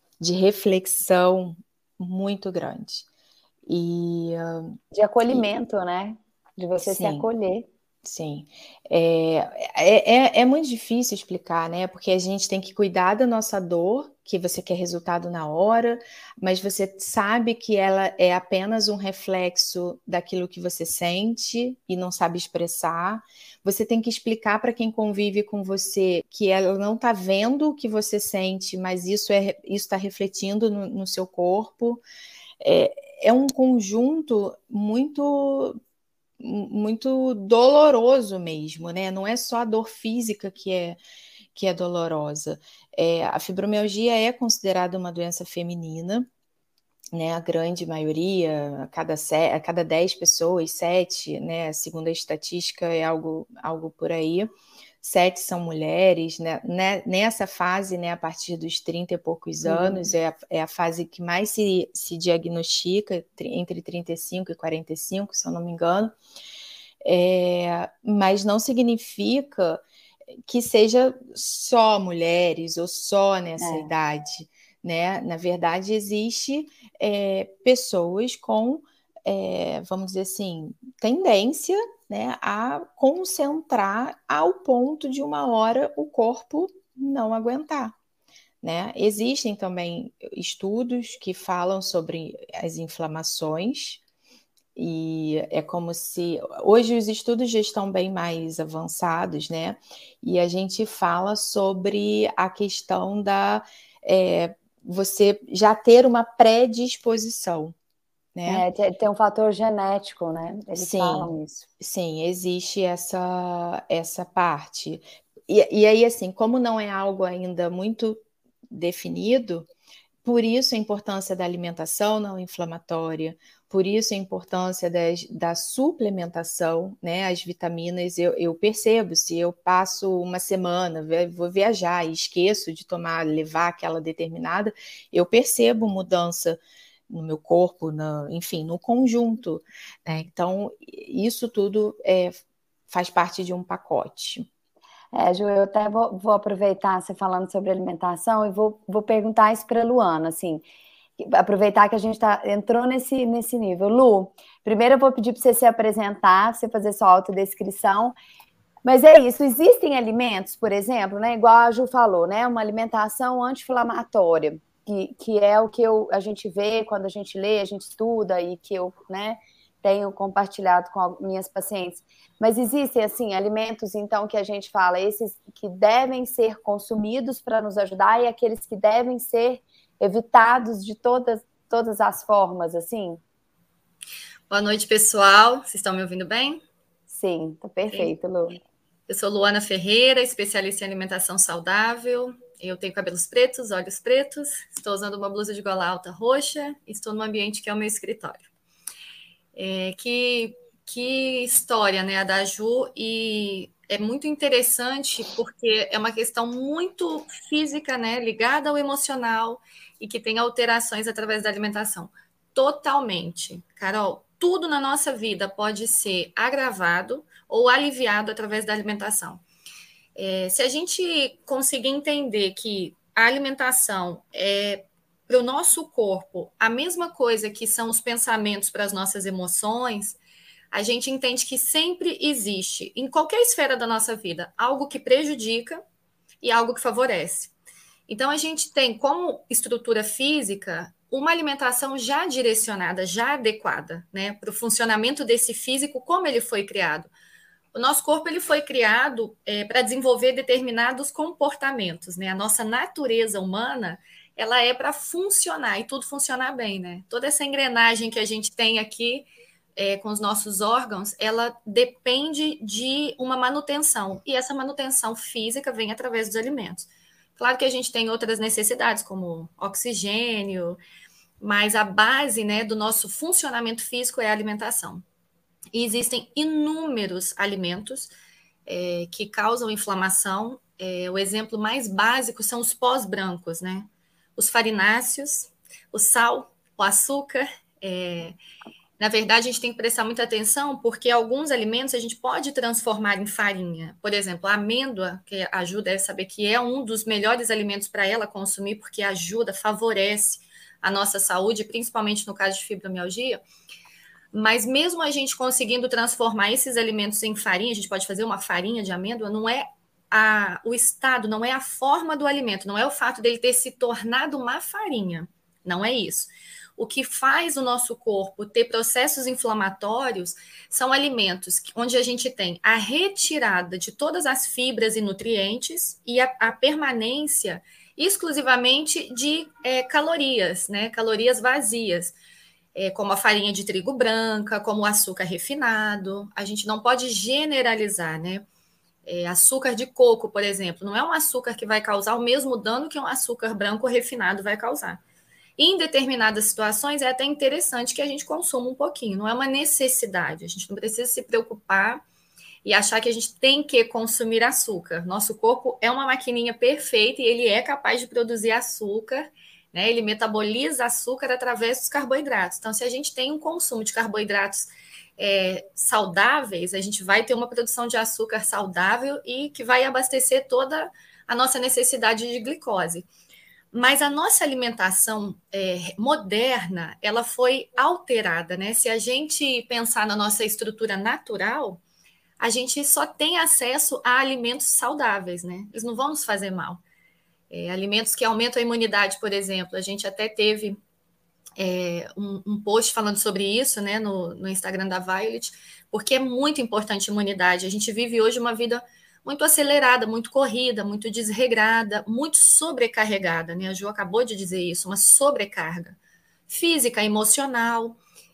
reflexão muito grande. De acolhimento, né? De você se acolher. Sim, é muito difícil explicar, né? Porque a gente tem que cuidar da nossa dor, que você quer resultado na hora, mas você sabe que ela é apenas um reflexo daquilo que você sente e não sabe expressar. Você tem que explicar para quem convive com você que ela não está vendo o que você sente, mas isso está refletindo no seu corpo. É um conjunto muito muito doloroso mesmo, né? Não é só a dor física que é dolorosa. A fibromialgia é considerada uma doença feminina, né? A grande maioria, a cada 10 pessoas, 7, né? Segundo a estatística, é algo por aí. 7 são mulheres, né? Nessa fase, né, a partir dos 30 e poucos anos, é a fase que mais se diagnostica, entre 35 e 45, se eu não me engano. Mas não significa que seja só mulheres ou só nessa idade, né? Na verdade, existe pessoas com, vamos dizer assim, tendência, né, a concentrar ao ponto de uma hora o corpo não aguentar, né? Existem também estudos que falam sobre as inflamações, e é como se hoje os estudos já estão bem mais avançados, né? E a gente fala sobre a questão da você já ter uma predisposição, né? Tem um fator genético, né? Eles Sim, falam isso. sim, existe essa parte. E aí, assim, como não é algo ainda muito definido, por isso a importância da alimentação não inflamatória, por isso a importância da suplementação, né? As vitaminas, eu percebo, se eu passo uma semana, vou viajar e esqueço de levar aquela determinada, eu percebo mudança no meu corpo, enfim, no conjunto, né? Então, isso tudo faz parte de um pacote. Ju, eu até vou aproveitar você falando sobre alimentação e vou perguntar isso para a Luana, assim, aproveitar que a gente entrou nesse nível. Lu, primeiro eu vou pedir para você se apresentar, você fazer sua autodescrição, mas é isso, existem alimentos, por exemplo, né, igual a Ju falou, né, uma alimentação anti-inflamatória, que é o que a gente vê quando a gente lê, a gente estuda e que eu, né, tenho compartilhado com minhas pacientes. Mas existem, assim, alimentos, então, que a gente fala, esses que devem ser consumidos para nos ajudar e aqueles que devem ser evitados de todas as formas, assim? Boa noite, pessoal. Vocês estão me ouvindo bem? Sim, tá perfeito, Lu. Eu sou Luana Ferreira, especialista em alimentação saudável. Eu tenho cabelos pretos, olhos pretos, estou usando uma blusa de gola alta roxa e estou num ambiente que é o meu escritório. Que história, né, a da Ju, e é muito interessante porque é uma questão muito física, né, ligada ao emocional e que tem alterações através da alimentação. Totalmente. Carol, tudo na nossa vida pode ser agravado ou aliviado através da alimentação. Se a gente conseguir entender que a alimentação é para o nosso corpo a mesma coisa que são os pensamentos para as nossas emoções, a gente entende que sempre existe, em qualquer esfera da nossa vida, algo que prejudica e algo que favorece. Então, a gente tem como estrutura física uma alimentação já direcionada, já adequada, né, para o funcionamento desse físico, como ele foi criado. O nosso corpo ele foi criado para desenvolver determinados comportamentos, né? A nossa natureza humana ela é para funcionar e tudo funcionar bem, né? Toda essa engrenagem que a gente tem aqui com os nossos órgãos, ela depende de uma manutenção e essa manutenção física vem através dos alimentos. Claro que a gente tem outras necessidades como oxigênio, mas a base, né, do nosso funcionamento físico é a alimentação. E existem inúmeros alimentos que causam inflamação. O exemplo mais básico são os pós-brancos, né? Os farináceos, o sal, o açúcar. Na verdade, a gente tem que prestar muita atenção porque alguns alimentos a gente pode transformar em farinha. Por exemplo, a amêndoa, que a Ju deve saber que é um dos melhores alimentos para ela consumir porque ajuda, favorece a nossa saúde, principalmente no caso de fibromialgia. Mas mesmo a gente conseguindo transformar esses alimentos em farinha, a gente pode fazer uma farinha de amêndoa, não é o estado, não é a forma do alimento, não é o fato dele ter se tornado uma farinha, não é isso. O que faz o nosso corpo ter processos inflamatórios são alimentos onde a gente tem a retirada de todas as fibras e nutrientes e a permanência exclusivamente de calorias, né? Calorias vazias. como a farinha de trigo branca, como o açúcar refinado. A gente não pode generalizar, né? Açúcar de coco, por exemplo, não é um açúcar que vai causar o mesmo dano que um açúcar branco refinado vai causar. Em determinadas situações, é até interessante que a gente consuma um pouquinho, não é uma necessidade. A gente não precisa se preocupar e achar que a gente tem que consumir açúcar. Nosso corpo é uma maquininha perfeita e ele é capaz de produzir açúcar, né? Ele metaboliza açúcar através dos carboidratos. Então, se a gente tem um consumo de carboidratos saudáveis, a gente vai ter uma produção de açúcar saudável e que vai abastecer toda a nossa necessidade de glicose. Mas a nossa alimentação moderna, ela foi alterada, né? Se a gente pensar na nossa estrutura natural, a gente só tem acesso a alimentos saudáveis, né? Eles não vão nos fazer mal. Alimentos que aumentam a imunidade, por exemplo. A gente até teve um post falando sobre isso, né, no Instagram da Violet, porque é muito importante a imunidade. A gente vive hoje uma vida muito acelerada, muito corrida, muito desregrada, muito sobrecarregada, né? A Ju acabou de dizer isso, uma sobrecarga física, emocional,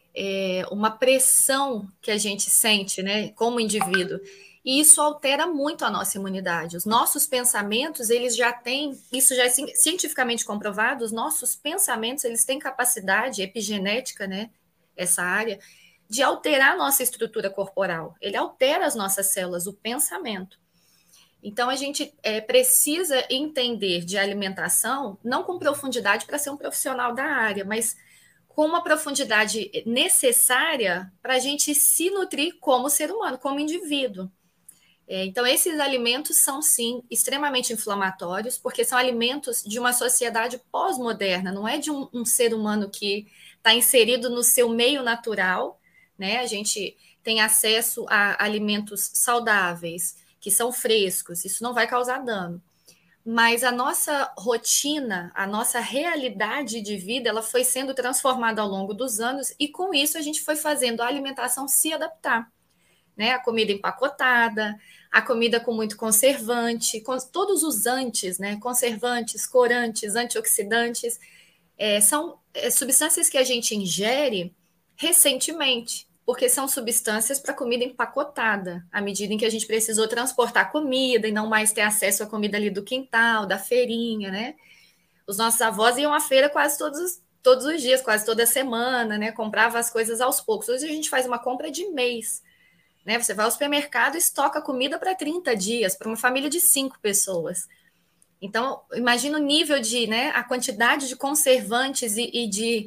uma pressão que a gente sente, né, como indivíduo. E isso altera muito a nossa imunidade. Os nossos pensamentos, eles já têm, isso já é cientificamente comprovado, os nossos pensamentos, eles têm capacidade epigenética, né, essa área, de alterar a nossa estrutura corporal. Ele altera as nossas células, o pensamento. Então, a gente precisa entender de alimentação, não com profundidade para ser um profissional da área, mas com uma profundidade necessária para a gente se nutrir como ser humano, como indivíduo. Então, esses alimentos são, sim, extremamente inflamatórios, porque são alimentos de uma sociedade pós-moderna, não é de um ser humano que está inserido no seu meio natural, né? A gente tem acesso a alimentos saudáveis, que são frescos, isso não vai causar dano. Mas a nossa rotina, a nossa realidade de vida, ela foi sendo transformada ao longo dos anos e com isso a gente foi fazendo a alimentação se adaptar, né? A comida empacotada, a comida com muito conservante, com todos os antes, né? Conservantes, corantes, antioxidantes, são substâncias que a gente ingere recentemente, porque são substâncias para comida empacotada, à medida em que a gente precisou transportar comida e não mais ter acesso à comida ali do quintal, da feirinha, né? Os nossos avós iam à feira quase todos os dias, quase toda semana, né? Comprava as coisas aos poucos. Hoje a gente faz uma compra de mês, né? Você vai ao supermercado e estoca comida para 30 dias, para uma família de 5 pessoas. Então, imagina o nível de, né, a quantidade de conservantes e de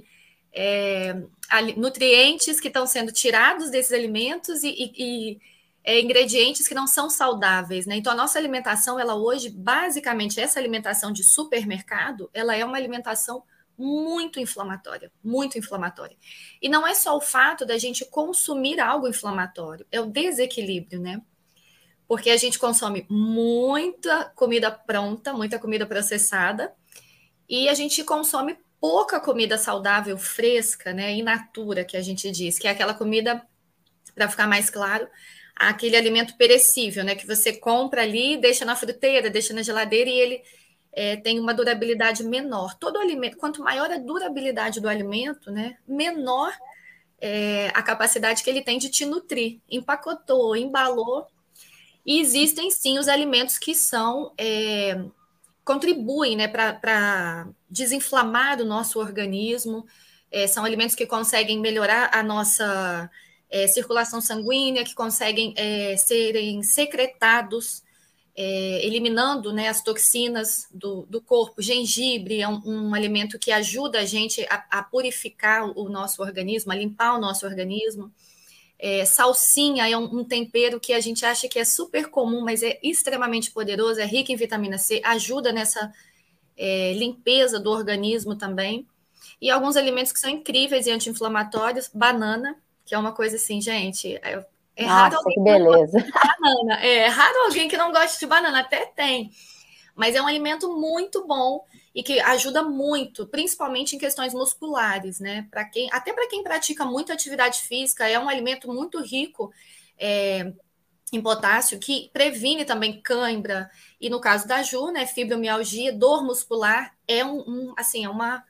nutrientes que estão sendo tirados desses alimentos e ingredientes que não são saudáveis, né? Então, a nossa alimentação, ela hoje, basicamente, essa alimentação de supermercado, ela é uma alimentação muito inflamatória, muito inflamatória. E não é só o fato da gente consumir algo inflamatório, é o desequilíbrio, né? Porque a gente consome muita comida pronta, muita comida processada, e a gente consome pouca comida saudável, fresca, né, in natura, que a gente diz, que é aquela comida, para ficar mais claro, aquele alimento perecível, né, que você compra ali, deixa na fruteira, deixa na geladeira e ele tem uma durabilidade menor. Todo alimento, quanto maior a durabilidade do alimento, né, menor a capacidade que ele tem de te nutrir. Empacotou, embalou, e existem sim os alimentos que são contribuem, né, para desinflamar o nosso organismo. São alimentos que conseguem melhorar a nossa circulação sanguínea, que conseguem serem secretados, eliminando, né, as toxinas do corpo. Gengibre é um alimento que ajuda a gente a purificar o nosso organismo, a limpar o nosso organismo. Salsinha é um tempero que a gente acha que é super comum, mas é extremamente poderoso, é rico em vitamina C, ajuda nessa limpeza do organismo também. E alguns alimentos que são incríveis e anti-inflamatórios, banana, que é uma coisa assim, gente, Nossa, que beleza. Banana. É raro alguém que não goste de banana, até tem. Mas é um alimento muito bom e que ajuda muito, principalmente em questões musculares, né? Até para quem pratica muita atividade física, é um alimento muito rico em potássio, que previne também cãibra. E no caso da Ju, né, fibromialgia, dor muscular, é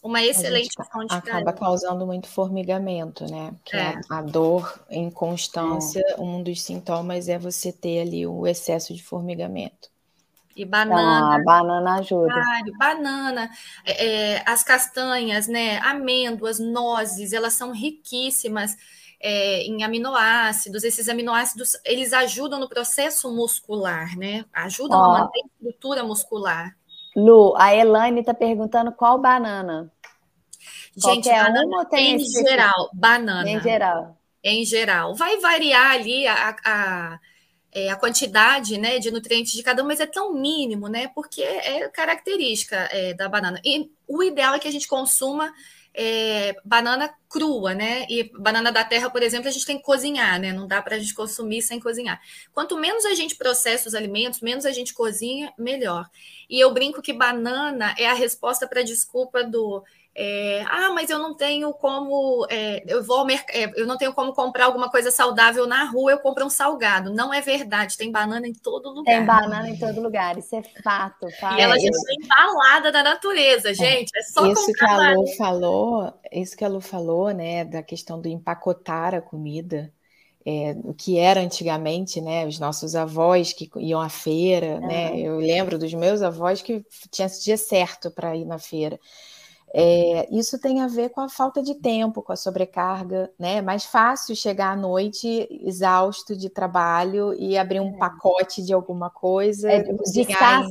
uma A gente excelente fonte para acaba isso. causando muito formigamento, né? Que É. a dor em constância, um dos sintomas é você ter ali o excesso de formigamento. E Então, a banana ajuda. banana, as castanhas, né? Amêndoas, nozes, elas são riquíssimas em aminoácidos. Esses aminoácidos, eles ajudam no processo muscular, né? Ajudam a manter a estrutura muscular. Lu, a Elaine está perguntando qual banana. Gente, Qualquer banana uma ou tem em geral, banana. Em geral. Em geral. Vai variar ali a quantidade, né, de nutrientes de cada um, mas é tão mínimo, né, porque é característica da banana. E o ideal é que a gente consuma banana crua, né, e banana da terra, por exemplo, a gente tem que cozinhar, né, não dá para a gente consumir sem cozinhar. Quanto menos a gente processa os alimentos, menos a gente cozinha, melhor. E eu brinco que banana é a resposta para a desculpa do mas eu não tenho como eu não tenho como comprar alguma coisa saudável na rua, eu compro um salgado. Não é verdade, tem banana em todo lugar. Tem banana em todo lugar, isso é fato. E ela já está embalada da natureza, gente. É só isso comprar que a Lu banana. falou, isso que a Lu falou, né, da questão do empacotar a comida, o que era antigamente, né, os nossos avós que iam à feira, né, eu lembro dos meus avós que tinha dia certo para ir na feira. Isso tem a ver com a falta de tempo, com a sobrecarga, né? É mais fácil chegar à noite exausto de trabalho e abrir um pacote de alguma coisa, descasca,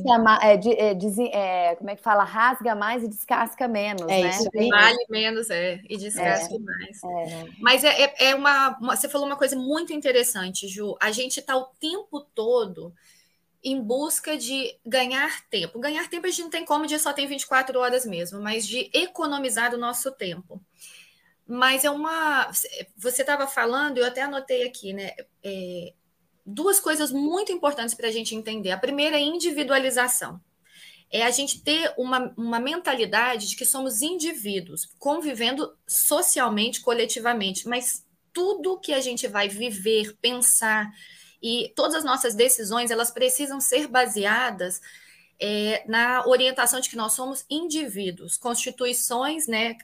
como é que fala? Rasga mais e descasca menos, né? Isso aí. Vale menos, e descasca mais. Mas você falou uma coisa muito interessante, Ju. A gente está o tempo todo em busca de ganhar tempo. Ganhar tempo a gente não tem como, o dia só tem 24 horas mesmo, mas de economizar o nosso tempo. Mas você estava falando, eu até anotei aqui, né? Duas coisas muito importantes para a gente entender. A primeira é individualização. É a gente ter uma mentalidade de que somos indivíduos, convivendo socialmente, coletivamente, mas tudo que a gente vai viver, pensar, e todas as nossas decisões, elas precisam ser baseadas na orientação de que nós somos indivíduos, constituições, né,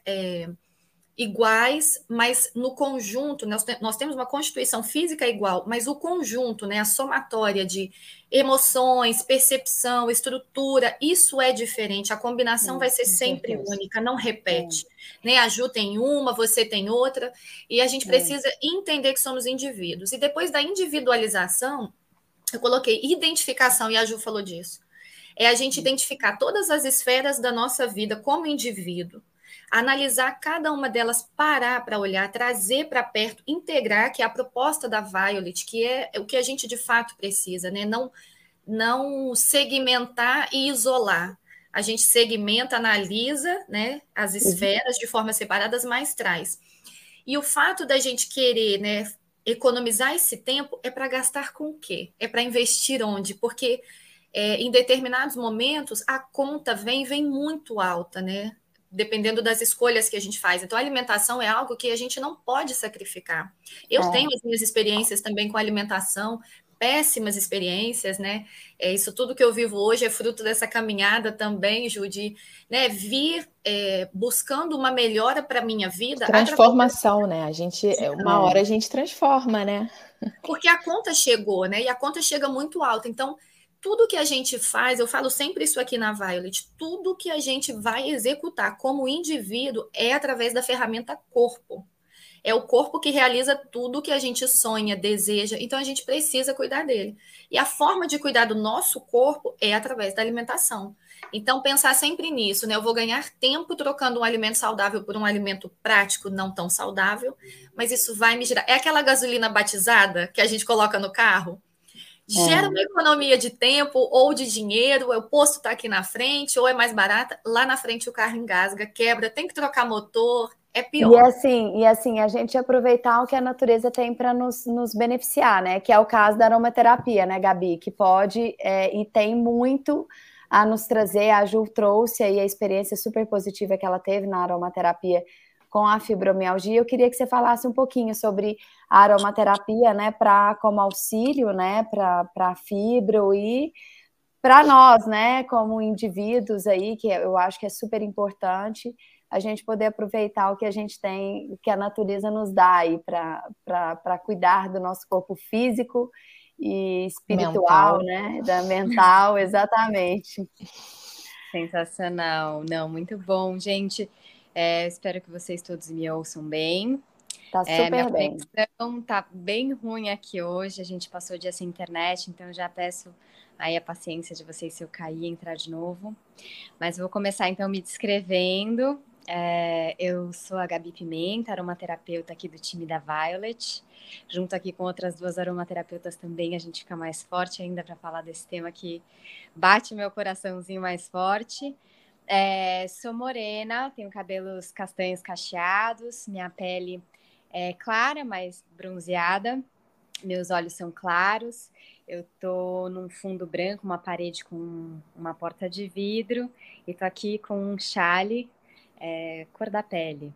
iguais, mas no conjunto, nós temos uma constituição física igual, mas o conjunto, né, a somatória de emoções, percepção, estrutura, isso é diferente, a combinação vai ser sempre única, não repete. Né? A Ju tem uma, você tem outra, e a gente precisa entender que somos indivíduos. E depois da individualização, eu coloquei identificação, e a Ju falou disso. É a gente identificar todas as esferas da nossa vida como indivíduo, analisar cada uma delas, parar para olhar, trazer para perto, integrar, que é a proposta da Violet, que é o que a gente de fato precisa, né? Não segmentar e isolar. A gente segmenta, analisa, né, as esferas de forma separadas, mas traz. E o fato da gente querer, né, economizar esse tempo é para gastar com o quê? É para investir onde? Porque em determinados momentos a conta vem muito alta, né? Dependendo das escolhas que a gente faz. Então, a alimentação é algo que a gente não pode sacrificar. Eu tenho as minhas experiências também com alimentação, péssimas experiências, né? Isso tudo que eu vivo hoje é fruto dessa caminhada também, Ju, de vir buscando uma melhora para a minha vida. Transformação, né? Uma hora a gente transforma, né? Porque a conta chegou, né? E a conta chega muito alta. Então, tudo que a gente faz, eu falo sempre isso aqui na Violet, tudo que a gente vai executar como indivíduo é através da ferramenta corpo. É o corpo que realiza tudo que a gente sonha, deseja, então a gente precisa cuidar dele. E a forma de cuidar do nosso corpo é através da alimentação. Então, pensar sempre nisso, né? Eu vou ganhar tempo trocando um alimento saudável por um alimento prático, não tão saudável, mas isso vai me gerar. É aquela gasolina batizada que a gente coloca no carro? Gera uma economia de tempo ou de dinheiro, o posto está aqui na frente, ou é mais barata, lá na frente o carro engasga, quebra, tem que trocar motor, é pior. E assim, a gente aproveitar o que a natureza tem para nos beneficiar, né? Que é o caso da aromaterapia, né, Gabi? Que pode e tem muito a nos trazer. A Ju trouxe aí a experiência super positiva que ela teve na aromaterapia com a fibromialgia. Eu queria que você falasse um pouquinho sobre a aromaterapia, né, como auxílio, né, para a fibro e para nós, né, como indivíduos aí, que eu acho que é super importante, a gente poder aproveitar o que a gente tem, o que a natureza nos dá aí para cuidar do nosso corpo físico e espiritual, Mental. né? Da mental, exatamente. Sensacional. Não, muito bom, gente. Espero que vocês todos me ouçam bem. Tá Minha super bem. conexão tá bem ruim aqui hoje. A gente passou o dia sem internet, então eu já peço aí a paciência de vocês se eu cair e entrar de novo. Mas vou começar então me descrevendo. Eu sou a Gabi Pimenta, aromaterapeuta aqui do time da Violet. Junto aqui com outras 2 aromaterapeutas também, a gente fica mais forte ainda para falar desse tema que bate meu coraçãozinho mais forte. Sou morena, tenho cabelos castanhos cacheados, minha pele é clara, mas bronzeada. Meus olhos são claros. Eu tô num fundo branco, uma parede com uma porta de vidro, e tô aqui com um chale cor da pele.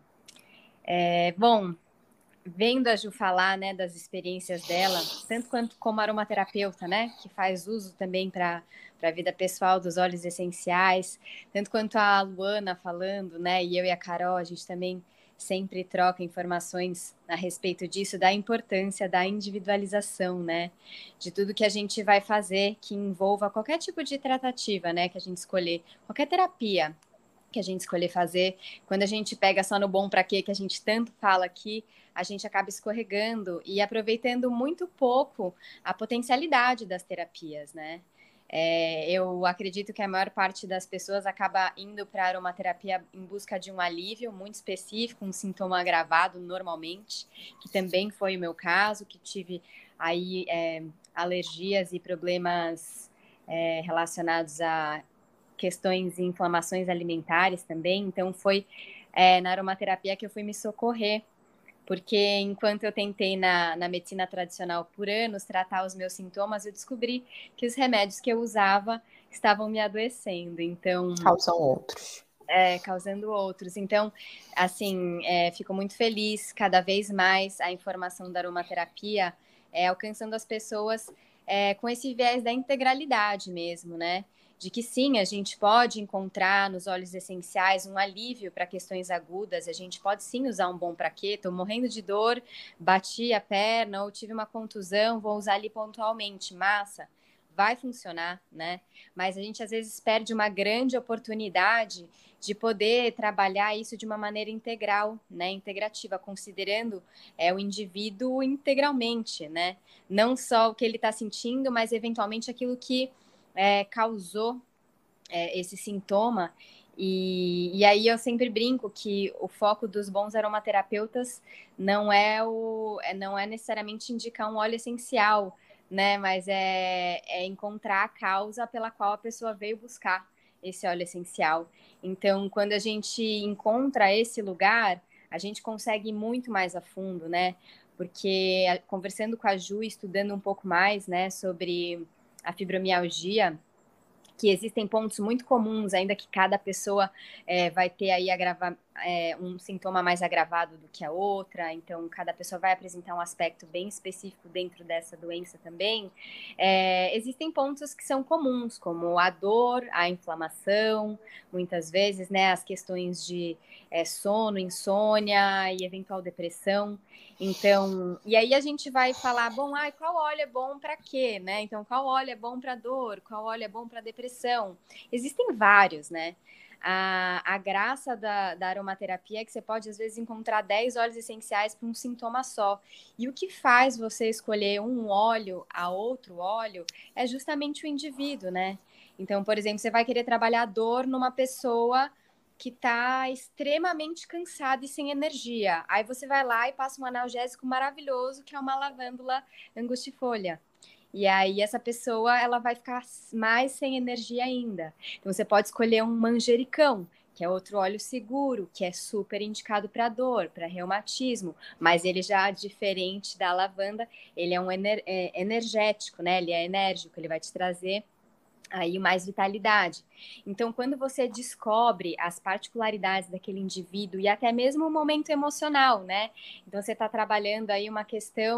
Bom, vendo a Ju falar, né, das experiências dela, tanto quanto como aromaterapeuta, né, que faz uso também para a vida pessoal dos óleos essenciais, tanto quanto a Luana falando, né, e eu e a Carol, a gente também sempre troca informações a respeito disso, da importância da individualização, né, de tudo que a gente vai fazer que envolva qualquer tipo de tratativa, né, que a gente escolher, qualquer terapia que a gente escolher fazer. Quando a gente pega só no bom para quê, que a gente tanto fala aqui, a gente acaba escorregando e aproveitando muito pouco a potencialidade das terapias, né? Eu acredito que a maior parte das pessoas acaba indo para a aromaterapia em busca de um alívio muito específico, um sintoma agravado normalmente, que também foi o meu caso, que tive aí alergias e problemas relacionados a questões e inflamações alimentares também, então foi na aromaterapia que eu fui me socorrer, porque enquanto eu tentei na medicina tradicional por anos tratar os meus sintomas, eu descobri que os remédios que eu usava estavam me adoecendo, então... Causam outros. Causando outros. Então, assim, fico muito feliz cada vez mais a informação da aromaterapia alcançando as pessoas com esse viés da integralidade mesmo, né? De que sim, a gente pode encontrar nos óleos essenciais um alívio para questões agudas, a gente pode sim usar um bom pra quê, estou morrendo de dor, bati a perna ou tive uma contusão, vou usar ali pontualmente, massa, vai funcionar, né? Mas a gente às vezes perde uma grande oportunidade de poder trabalhar isso de uma maneira integral, né? Integrativa, considerando o indivíduo integralmente, né? Não só o que ele está sentindo, mas eventualmente aquilo que causou esse sintoma. E aí eu sempre brinco que o foco dos bons aromaterapeutas não é necessariamente indicar um óleo essencial, né? Mas é encontrar a causa pela qual a pessoa veio buscar esse óleo essencial. Então, quando a gente encontra esse lugar, a gente consegue ir muito mais a fundo, né? Porque conversando com a Ju, estudando um pouco mais, né, sobre a fibromialgia, que existem pontos muito comuns, ainda que cada pessoa vai ter aí um sintoma mais agravado do que a outra, então cada pessoa vai apresentar um aspecto bem específico dentro dessa doença também. Existem pontos que são comuns, como a dor, a inflamação, muitas vezes, né, as questões de sono, insônia e eventual depressão. Então, e aí a gente vai falar, bom, qual óleo é bom para quê, né? Então, qual óleo é bom para dor? Qual óleo é bom para depressão? Existem vários, né? A graça da aromaterapia é que você pode, às vezes, encontrar 10 óleos essenciais para um sintoma só. E o que faz você escolher um óleo a outro óleo é justamente o indivíduo, né? Então, por exemplo, você vai querer trabalhar a dor numa pessoa que está extremamente cansada e sem energia. Aí você vai lá e passa um analgésico maravilhoso, que é uma lavândula angustifolha. E aí essa pessoa ela vai ficar mais sem energia ainda. Então você pode escolher um manjericão, que é outro óleo seguro, que é super indicado para dor, para reumatismo, mas ele já diferente da lavanda, ele é um energético, né? Ele é enérgico, ele vai te trazer aí mais vitalidade. Então, quando você descobre as particularidades daquele indivíduo e até mesmo o momento emocional, né? Então, você está trabalhando aí uma questão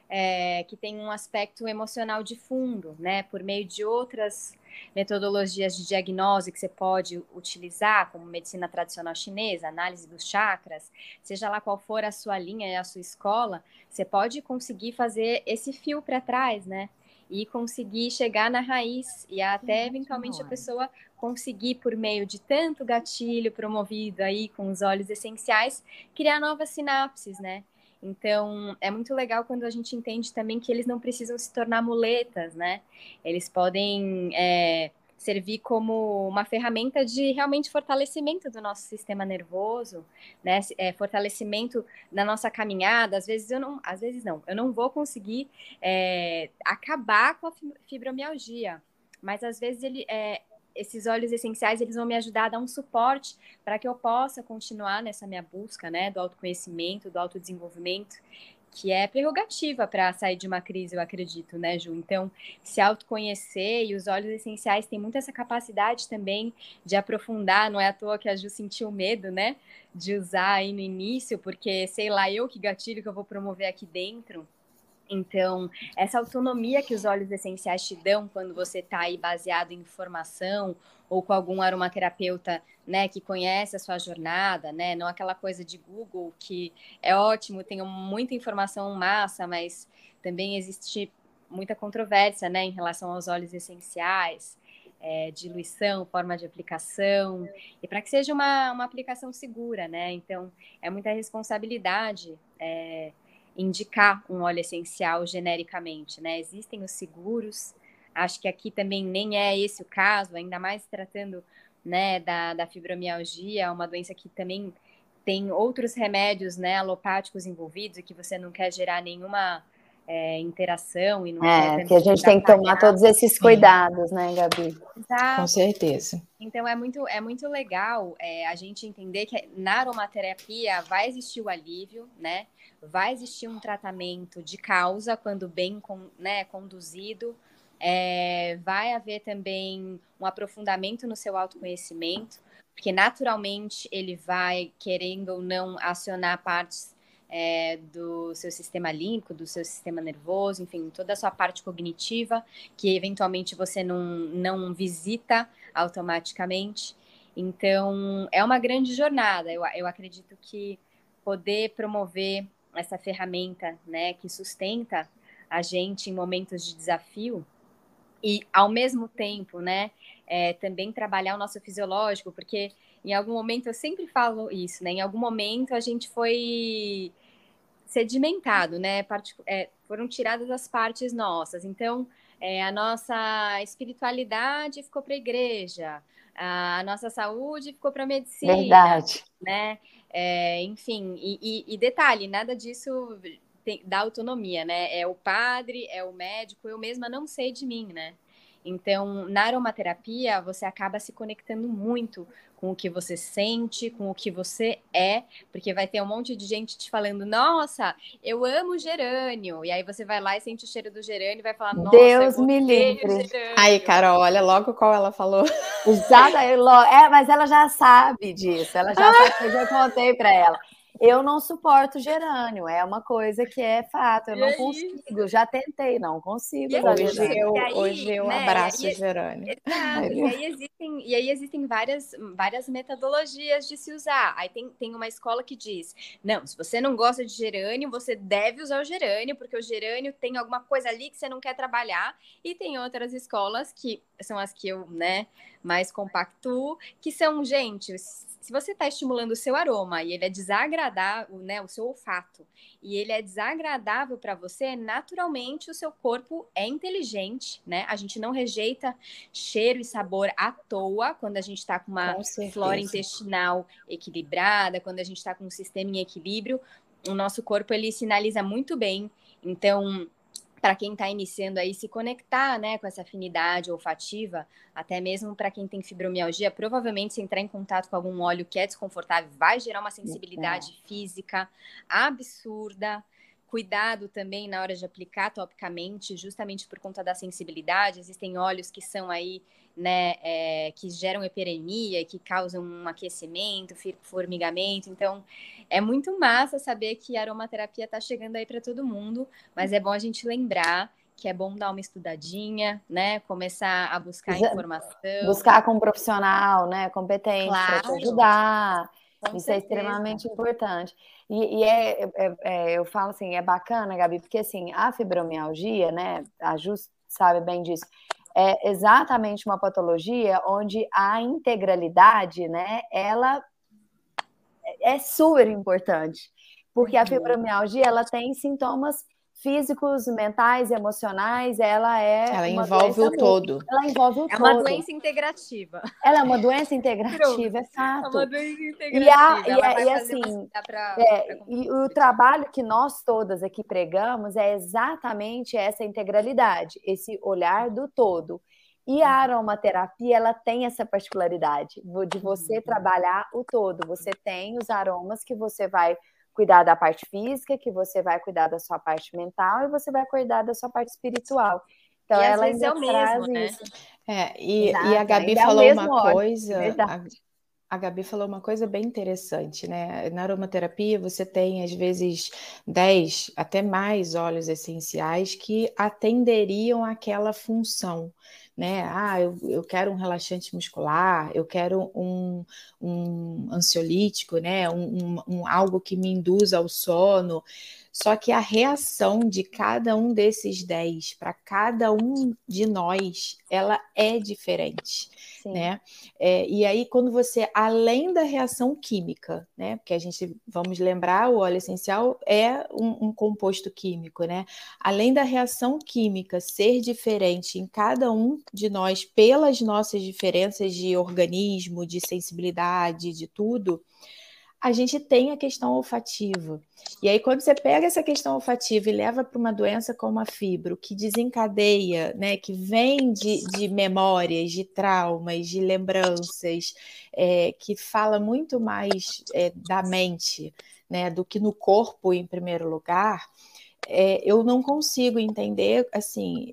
que tem um aspecto emocional de fundo, né? Por meio de outras metodologias de diagnose que você pode utilizar, como medicina tradicional chinesa, análise dos chakras, seja lá qual for a sua linha e a sua escola, você pode conseguir fazer esse fio para trás, né? E conseguir chegar na raiz e até eventualmente a pessoa conseguir, por meio de tanto gatilho promovido aí com os óleos essenciais, criar novas sinapses, né? Então, é muito legal quando a gente entende também que eles não precisam se tornar muletas, né? Eles podem servir como uma ferramenta de realmente fortalecimento do nosso sistema nervoso, né? Fortalecimento da nossa caminhada. Às vezes eu não vou conseguir acabar com a fibromialgia, mas às vezes esses óleos essenciais, eles vão me ajudar a dar um suporte para que eu possa continuar nessa minha busca, né, do autoconhecimento, do autodesenvolvimento, que é prerrogativa para sair de uma crise, eu acredito, né, Ju? Então, se autoconhecer, e os óleos essenciais têm muito essa capacidade também de aprofundar, não é à toa que a Ju sentiu medo, né, de usar aí no início, porque, sei lá, que gatilho que eu vou promover aqui dentro. Então, essa autonomia que os óleos essenciais te dão quando você está aí baseado em informação ou com algum aromaterapeuta, né, que conhece a sua jornada, né, não aquela coisa de Google que é ótimo, tem muita informação massa, mas também existe muita controvérsia, né, em relação aos óleos essenciais, diluição, forma de aplicação, e para que seja uma aplicação segura, né, então é muita responsabilidade, indicar um óleo essencial genericamente, né? Existem os seguros, acho que aqui também nem é esse o caso, ainda mais tratando, né, da fibromialgia, uma doença que também tem outros remédios, né, alopáticos envolvidos e que você não quer gerar nenhuma interação e não quer também que a gente tem que tomar todos esses cuidados, né, Gabi? Exato. Com certeza. Então, é muito legal a gente entender que na aromaterapia vai existir o alívio, né? Vai existir um tratamento de causa quando bem conduzido. Vai haver também um aprofundamento no seu autoconhecimento, porque naturalmente ele vai, querendo ou não, acionar partes do seu sistema límbico, do seu sistema nervoso, enfim, toda a sua parte cognitiva, que eventualmente você não visita automaticamente. Então, é uma grande jornada. Eu acredito que poder promover essa ferramenta, né, que sustenta a gente em momentos de desafio e, ao mesmo tempo, né, também trabalhar o nosso fisiológico, porque em algum momento, eu sempre falo isso, né, em algum momento a gente foi sedimentado, né, foram tiradas as partes nossas, então a nossa espiritualidade ficou para a igreja, a nossa saúde ficou para a medicina. Verdade. Né? Enfim, e detalhe, nada disso dá autonomia, né? É o padre, é o médico, eu mesma não sei de mim, né? Então, na aromaterapia, você acaba se conectando muito com o que você sente, com o que você é, porque vai ter um monte de gente te falando, nossa, eu amo gerânio. E aí você vai lá e sente o cheiro do gerânio e vai falar, nossa, Deus me livre. Gerânio. Aí, Carol, olha logo qual ela falou. Mas ela já sabe disso, ela já sabe que eu já contei para ela. Eu não suporto gerânio, é uma coisa que é fato, eu não consigo, já tentei, não consigo usar gerânio. Hoje eu abraço o gerânio. Exato, e aí existem várias metodologias de se usar. Aí tem uma escola que diz, não, se você não gosta de gerânio, você deve usar o gerânio, porque o gerânio tem alguma coisa ali que você não quer trabalhar, e tem outras escolas que são as que eu, né, mais compactuo, que são, gente, se você está estimulando o seu aroma e ele é desagradável, né, o seu olfato, e ele é desagradável para você, naturalmente o seu corpo é inteligente, né? A gente não rejeita cheiro e sabor à toa quando a gente está com uma flora intestinal equilibrada, quando a gente está com um sistema em equilíbrio, o nosso corpo ele sinaliza muito bem. Então, para quem está iniciando aí, se conectar, né, com essa afinidade olfativa, até mesmo para quem tem fibromialgia, provavelmente se entrar em contato com algum óleo que é desconfortável, vai gerar uma sensibilidade física absurda. Cuidado também na hora de aplicar topicamente, justamente por conta da sensibilidade. Existem óleos que são aí, né, que geram hiperemia, que causam um aquecimento, formigamento. Então, é muito massa saber que a aromaterapia está chegando aí para todo mundo, mas é bom a gente lembrar que é bom dar uma estudadinha, né, começar a buscar informação. Buscar com um profissional, né, competente para te ajudar. Com Isso certeza. É extremamente importante. Eu falo assim, é bacana, Gabi, porque assim, a fibromialgia, né, a Ju sabe bem disso, é exatamente uma patologia onde a integralidade, né, ela é super importante, porque a fibromialgia, ela tem sintomas físicos, mentais, emocionais, ela envolve o todo. Ela envolve o todo. É uma doença integrativa. Ela é uma doença integrativa, é fato. É uma doença integrativa. E o trabalho que nós todas aqui pregamos é exatamente essa integralidade, esse olhar do todo. E a aromaterapia, ela tem essa particularidade de você trabalhar o todo. Você tem os aromas que você vai cuidar da parte física, que você vai cuidar da sua parte mental e você vai cuidar da sua parte espiritual. Então, e ela às vezes é o mesmo, né? isso. E a Gabi falou uma coisa... A Gabi falou uma coisa bem interessante, né? Na aromaterapia você tem, às vezes, 10, até mais óleos essenciais que atenderiam àquela função, né? Eu quero um relaxante muscular, eu quero um ansiolítico, né? Algo que me induza ao sono. Só que a reação de cada um desses 10 para cada um de nós, ela é diferente. Né? E aí, quando você, além da reação química, né? Porque vamos lembrar, o óleo essencial é um composto químico, né? Além da reação química ser diferente em cada um de nós, pelas nossas diferenças de organismo, de sensibilidade, de tudo, a gente tem a questão olfativa. E aí, quando você pega essa questão olfativa e leva para uma doença como a fibro, que desencadeia, né, que vem de memórias, de traumas, de lembranças, que fala muito mais da mente, né, do que no corpo, em primeiro lugar, eu não consigo entender, assim,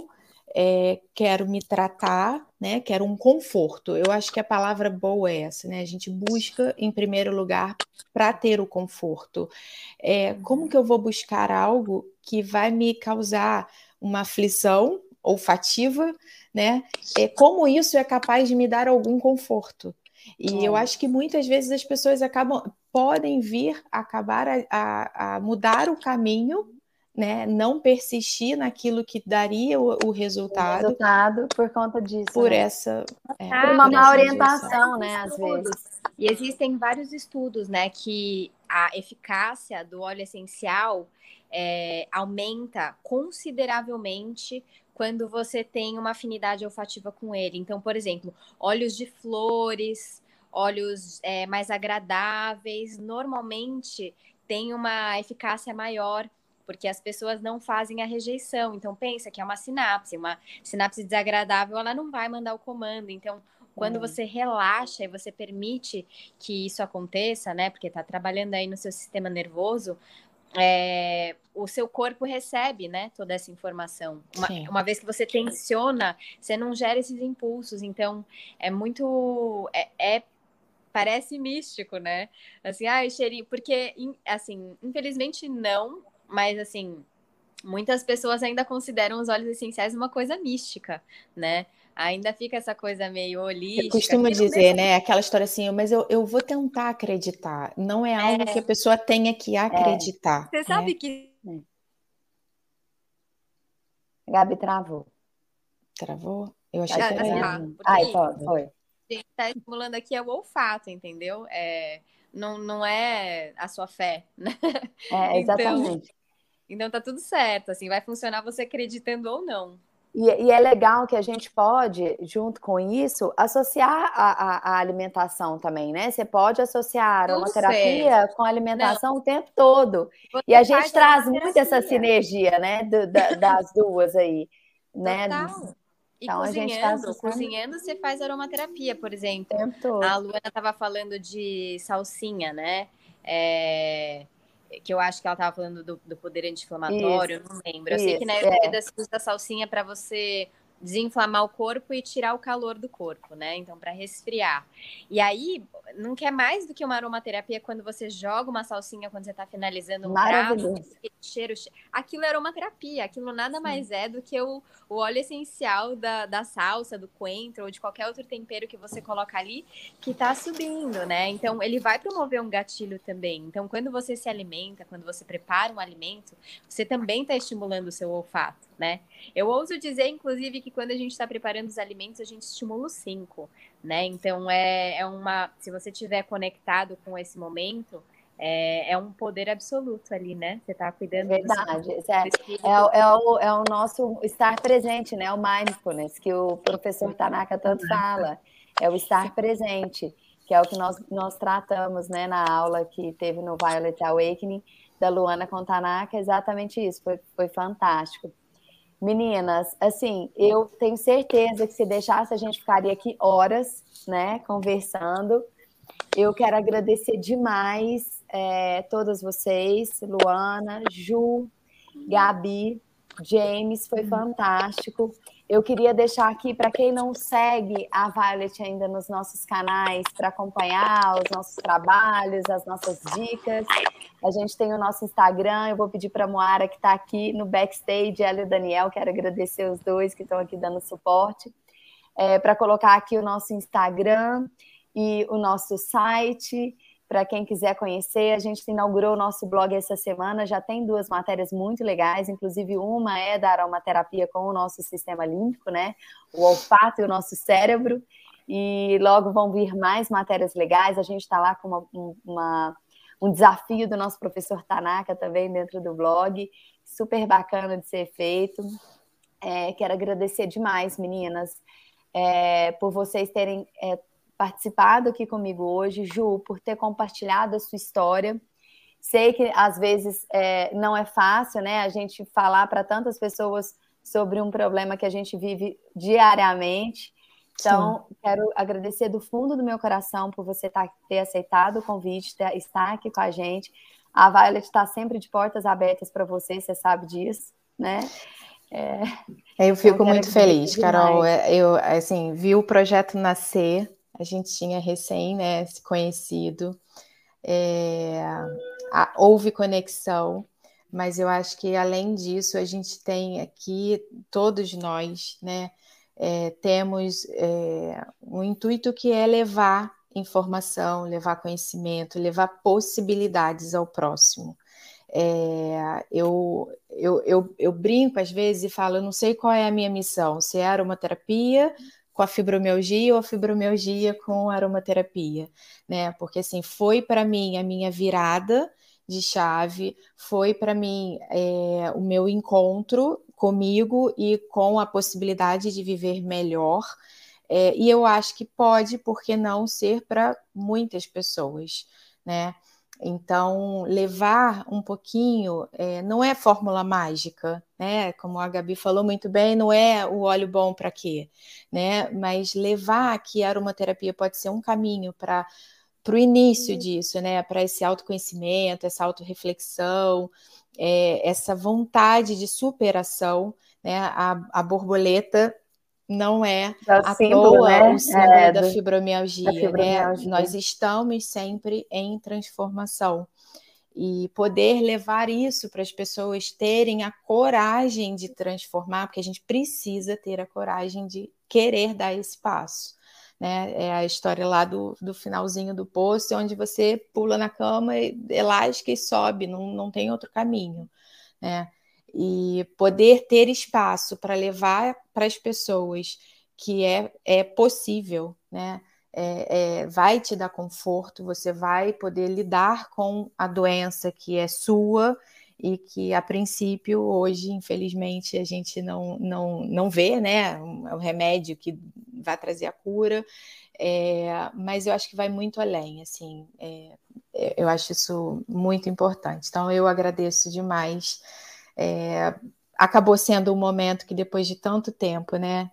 quero me tratar, né? Quero um conforto. Eu acho que a palavra boa é essa, né? A gente busca, em primeiro lugar, para ter o conforto. Como que eu vou buscar algo que vai me causar uma aflição olfativa, né? Como isso é capaz de me dar algum conforto? E eu acho que muitas vezes as pessoas podem vir acabar a mudar o caminho, né? Não persistir naquilo que daria o resultado por conta disso, por né? por uma má orientação, né? Às vezes. E existem vários estudos, né, que a eficácia do óleo essencial aumenta consideravelmente quando você tem uma afinidade olfativa com ele. Então, por exemplo, óleos de flores, óleos mais agradáveis, normalmente têm uma eficácia maior, porque as pessoas não fazem a rejeição. Então, pensa que é uma sinapse desagradável, ela não vai mandar o comando. Então, quando você relaxa e você permite que isso aconteça, né, porque está trabalhando aí no seu sistema nervoso, o seu corpo recebe, né, toda essa informação. Uma vez que você tensiona, você não gera esses impulsos. Então, é muito... parece místico, né? Assim, cheirinho... Porque, assim, infelizmente não, mas, assim, muitas pessoas ainda consideram os óleos essenciais uma coisa mística, né? Ainda fica essa coisa meio holística. Eu costumo dizer, né? Aquela história assim, mas eu vou tentar acreditar. Não é algo que a pessoa tenha que acreditar. Você sabe que... A Gabi travou. Travou? Eu achei que era foi. Quem está estimulando aqui é o olfato, entendeu? Não é a sua fé, né? Exatamente. Então tá tudo certo, assim, vai funcionar você acreditando ou não. E é legal que a gente pode, junto com isso, associar a alimentação também, né? Você pode associar a aromaterapia com a alimentação o tempo todo. E a gente traz muito essa sinergia, né? Das duas aí. Né? Total. E então, cozinhando você faz aromaterapia, por exemplo. O tempo todo. A Luana estava falando de salsinha, né? Que eu acho que ela estava falando do poder anti-inflamatório, não lembro. Eu sei que na Ayurveda se usa salsinha para você desinflamar o corpo e tirar o calor do corpo, né? Então, para resfriar. E aí, não quer mais do que uma aromaterapia quando você joga uma salsinha quando você está finalizando um prato, cheiro. Aquilo é aromaterapia, aquilo nada mais é do que o óleo essencial da salsa, do coentro ou de qualquer outro tempero que você coloca ali que está subindo, né? Então, ele vai promover um gatilho também. Então, quando você se alimenta, quando você prepara um alimento, você também está estimulando o seu olfato, né? Eu ouso dizer, inclusive, que quando a gente está preparando os alimentos, a gente estimula os 5, né? Então, se você estiver conectado com esse momento, é um poder absoluto ali, né? Você está cuidando verdade. do É o nosso estar presente, né? O mindfulness, que o professor Tanaka tanto fala. É o estar presente, que é o que nós tratamos, né, na aula que teve no Violet Awakening, da Luana com Tanaka, exatamente isso. Foi fantástico. Meninas, assim, eu tenho certeza que se deixasse a gente ficaria aqui horas, né, conversando. Eu quero agradecer demais todas vocês, Luana, Ju, Gabi, James, foi fantástico. Eu queria deixar aqui, para quem não segue a Violet ainda nos nossos canais, para acompanhar os nossos trabalhos, as nossas dicas. A gente tem o nosso Instagram, eu vou pedir para a Moara, que está aqui no backstage, ela e o Daniel, quero agradecer os dois que estão aqui dando suporte, para colocar aqui o nosso Instagram e o nosso site, para quem quiser conhecer. A gente inaugurou o nosso blog essa semana, já tem 2 matérias muito legais, inclusive uma é da aromaterapia com o nosso sistema límbico, né? O olfato e o nosso cérebro, e logo vão vir mais matérias legais. A gente está lá com um desafio do nosso professor Tanaka também dentro do blog, super bacana de ser feito. Quero agradecer demais, meninas, por vocês terem participado aqui comigo hoje, Ju, por ter compartilhado a sua história. Sei que às vezes não é fácil, né, a gente falar para tantas pessoas sobre um problema que a gente vive diariamente. Então, quero agradecer do fundo do meu coração por você ter aceitado o convite, estar aqui com a gente. A Violet está sempre de portas abertas para você sabe disso, né? Eu fico muito feliz, Carol. Eu, assim, vi o projeto nascer, a gente tinha recém, né, se conhecido, houve conexão, mas eu acho que, além disso, a gente tem aqui, todos nós, né, temos um intuito que é levar informação, levar conhecimento, levar possibilidades ao próximo. Eu brinco às vezes e falo, eu não sei qual é a minha missão, se é aromaterapia com a fibromialgia ou a fibromialgia com a aromaterapia, né? Porque assim, foi para mim a minha virada de chave, foi para mim o meu encontro comigo e com a possibilidade de viver melhor, e eu acho que pode, por que não, ser para muitas pessoas, né? Então, levar um pouquinho, não é fórmula mágica, né? Como a Gabi falou muito bem, não é o óleo bom para quê, né? Mas levar que a aromaterapia pode ser um caminho para o início disso, né? Para esse autoconhecimento, essa autorreflexão, essa vontade de superação, né? A borboleta não é à toa, né? O símbolo da fibromialgia, né? Nós estamos sempre em transformação. E poder levar isso para as pessoas terem a coragem de transformar, porque a gente precisa ter a coragem de querer dar esse passo, né? É a história lá do finalzinho do poço, onde você pula na cama, elástica e sobe, não tem outro caminho, né? E poder ter espaço para levar para as pessoas que é possível, né? Vai te dar conforto, você vai poder lidar com a doença que é sua e que, a princípio, hoje, infelizmente, a gente não vê, né? É um remédio que vai trazer a cura, mas eu acho que vai muito além, assim, eu acho isso muito importante. Então, eu agradeço demais. Acabou sendo um momento que, depois de tanto tempo, né,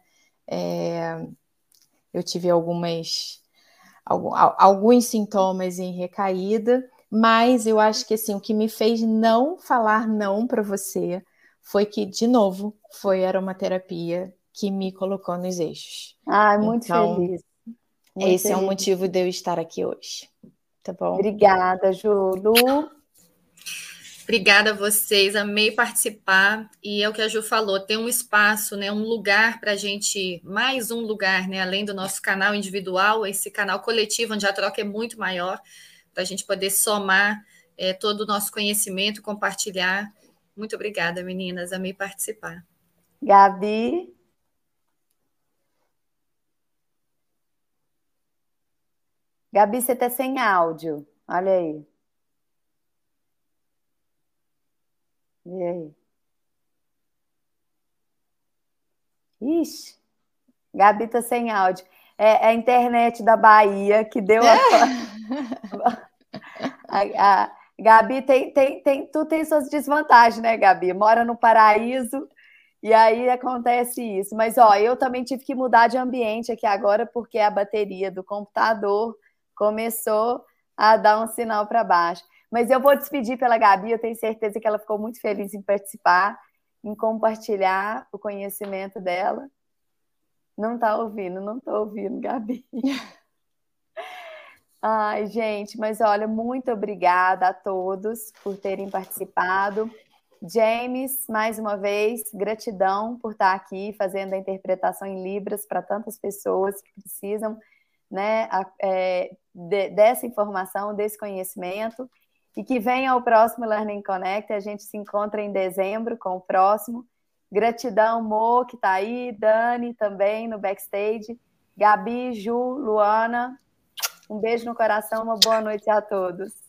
eu tive alguns sintomas em recaída, mas eu acho que assim, o que me fez não falar não para você foi que, de novo, foi a aromaterapia que me colocou nos eixos. Muito então, feliz. Esse é o motivo de eu estar aqui hoje. Tá bom? Obrigada, Ju. Lu? Obrigada a vocês, amei participar. E é o que a Ju falou, tem um espaço, né, um lugar para a gente, mais um lugar, né, além do nosso canal individual, esse canal coletivo, onde a troca é muito maior, para a gente poder somar todo o nosso conhecimento, compartilhar. Muito obrigada, meninas, amei participar. Gabi? Gabi, você está sem áudio. Olha aí. E aí? Ixi, Gabi tá sem áudio. É a internet da Bahia que deu a Gabi tu tem suas desvantagens, né, Gabi? Mora no paraíso e aí acontece isso. Mas, ó, eu também tive que mudar de ambiente aqui agora porque a bateria do computador começou a dar um sinal para baixo. Mas eu vou despedir pela Gabi, eu tenho certeza que ela ficou muito feliz em participar, em compartilhar o conhecimento dela. Não tá ouvindo, não tô ouvindo, Gabi. Ai, gente, mas olha, muito obrigada a todos por terem participado. James, mais uma vez, gratidão por estar aqui fazendo a interpretação em Libras para tantas pessoas que precisam, né, dessa informação, desse conhecimento. E que venha o próximo Learning Connect, a gente se encontra em dezembro com o próximo. Gratidão, Mo, que está aí, Dani também no backstage, Gabi, Ju, Luana, um beijo no coração, uma boa noite a todos.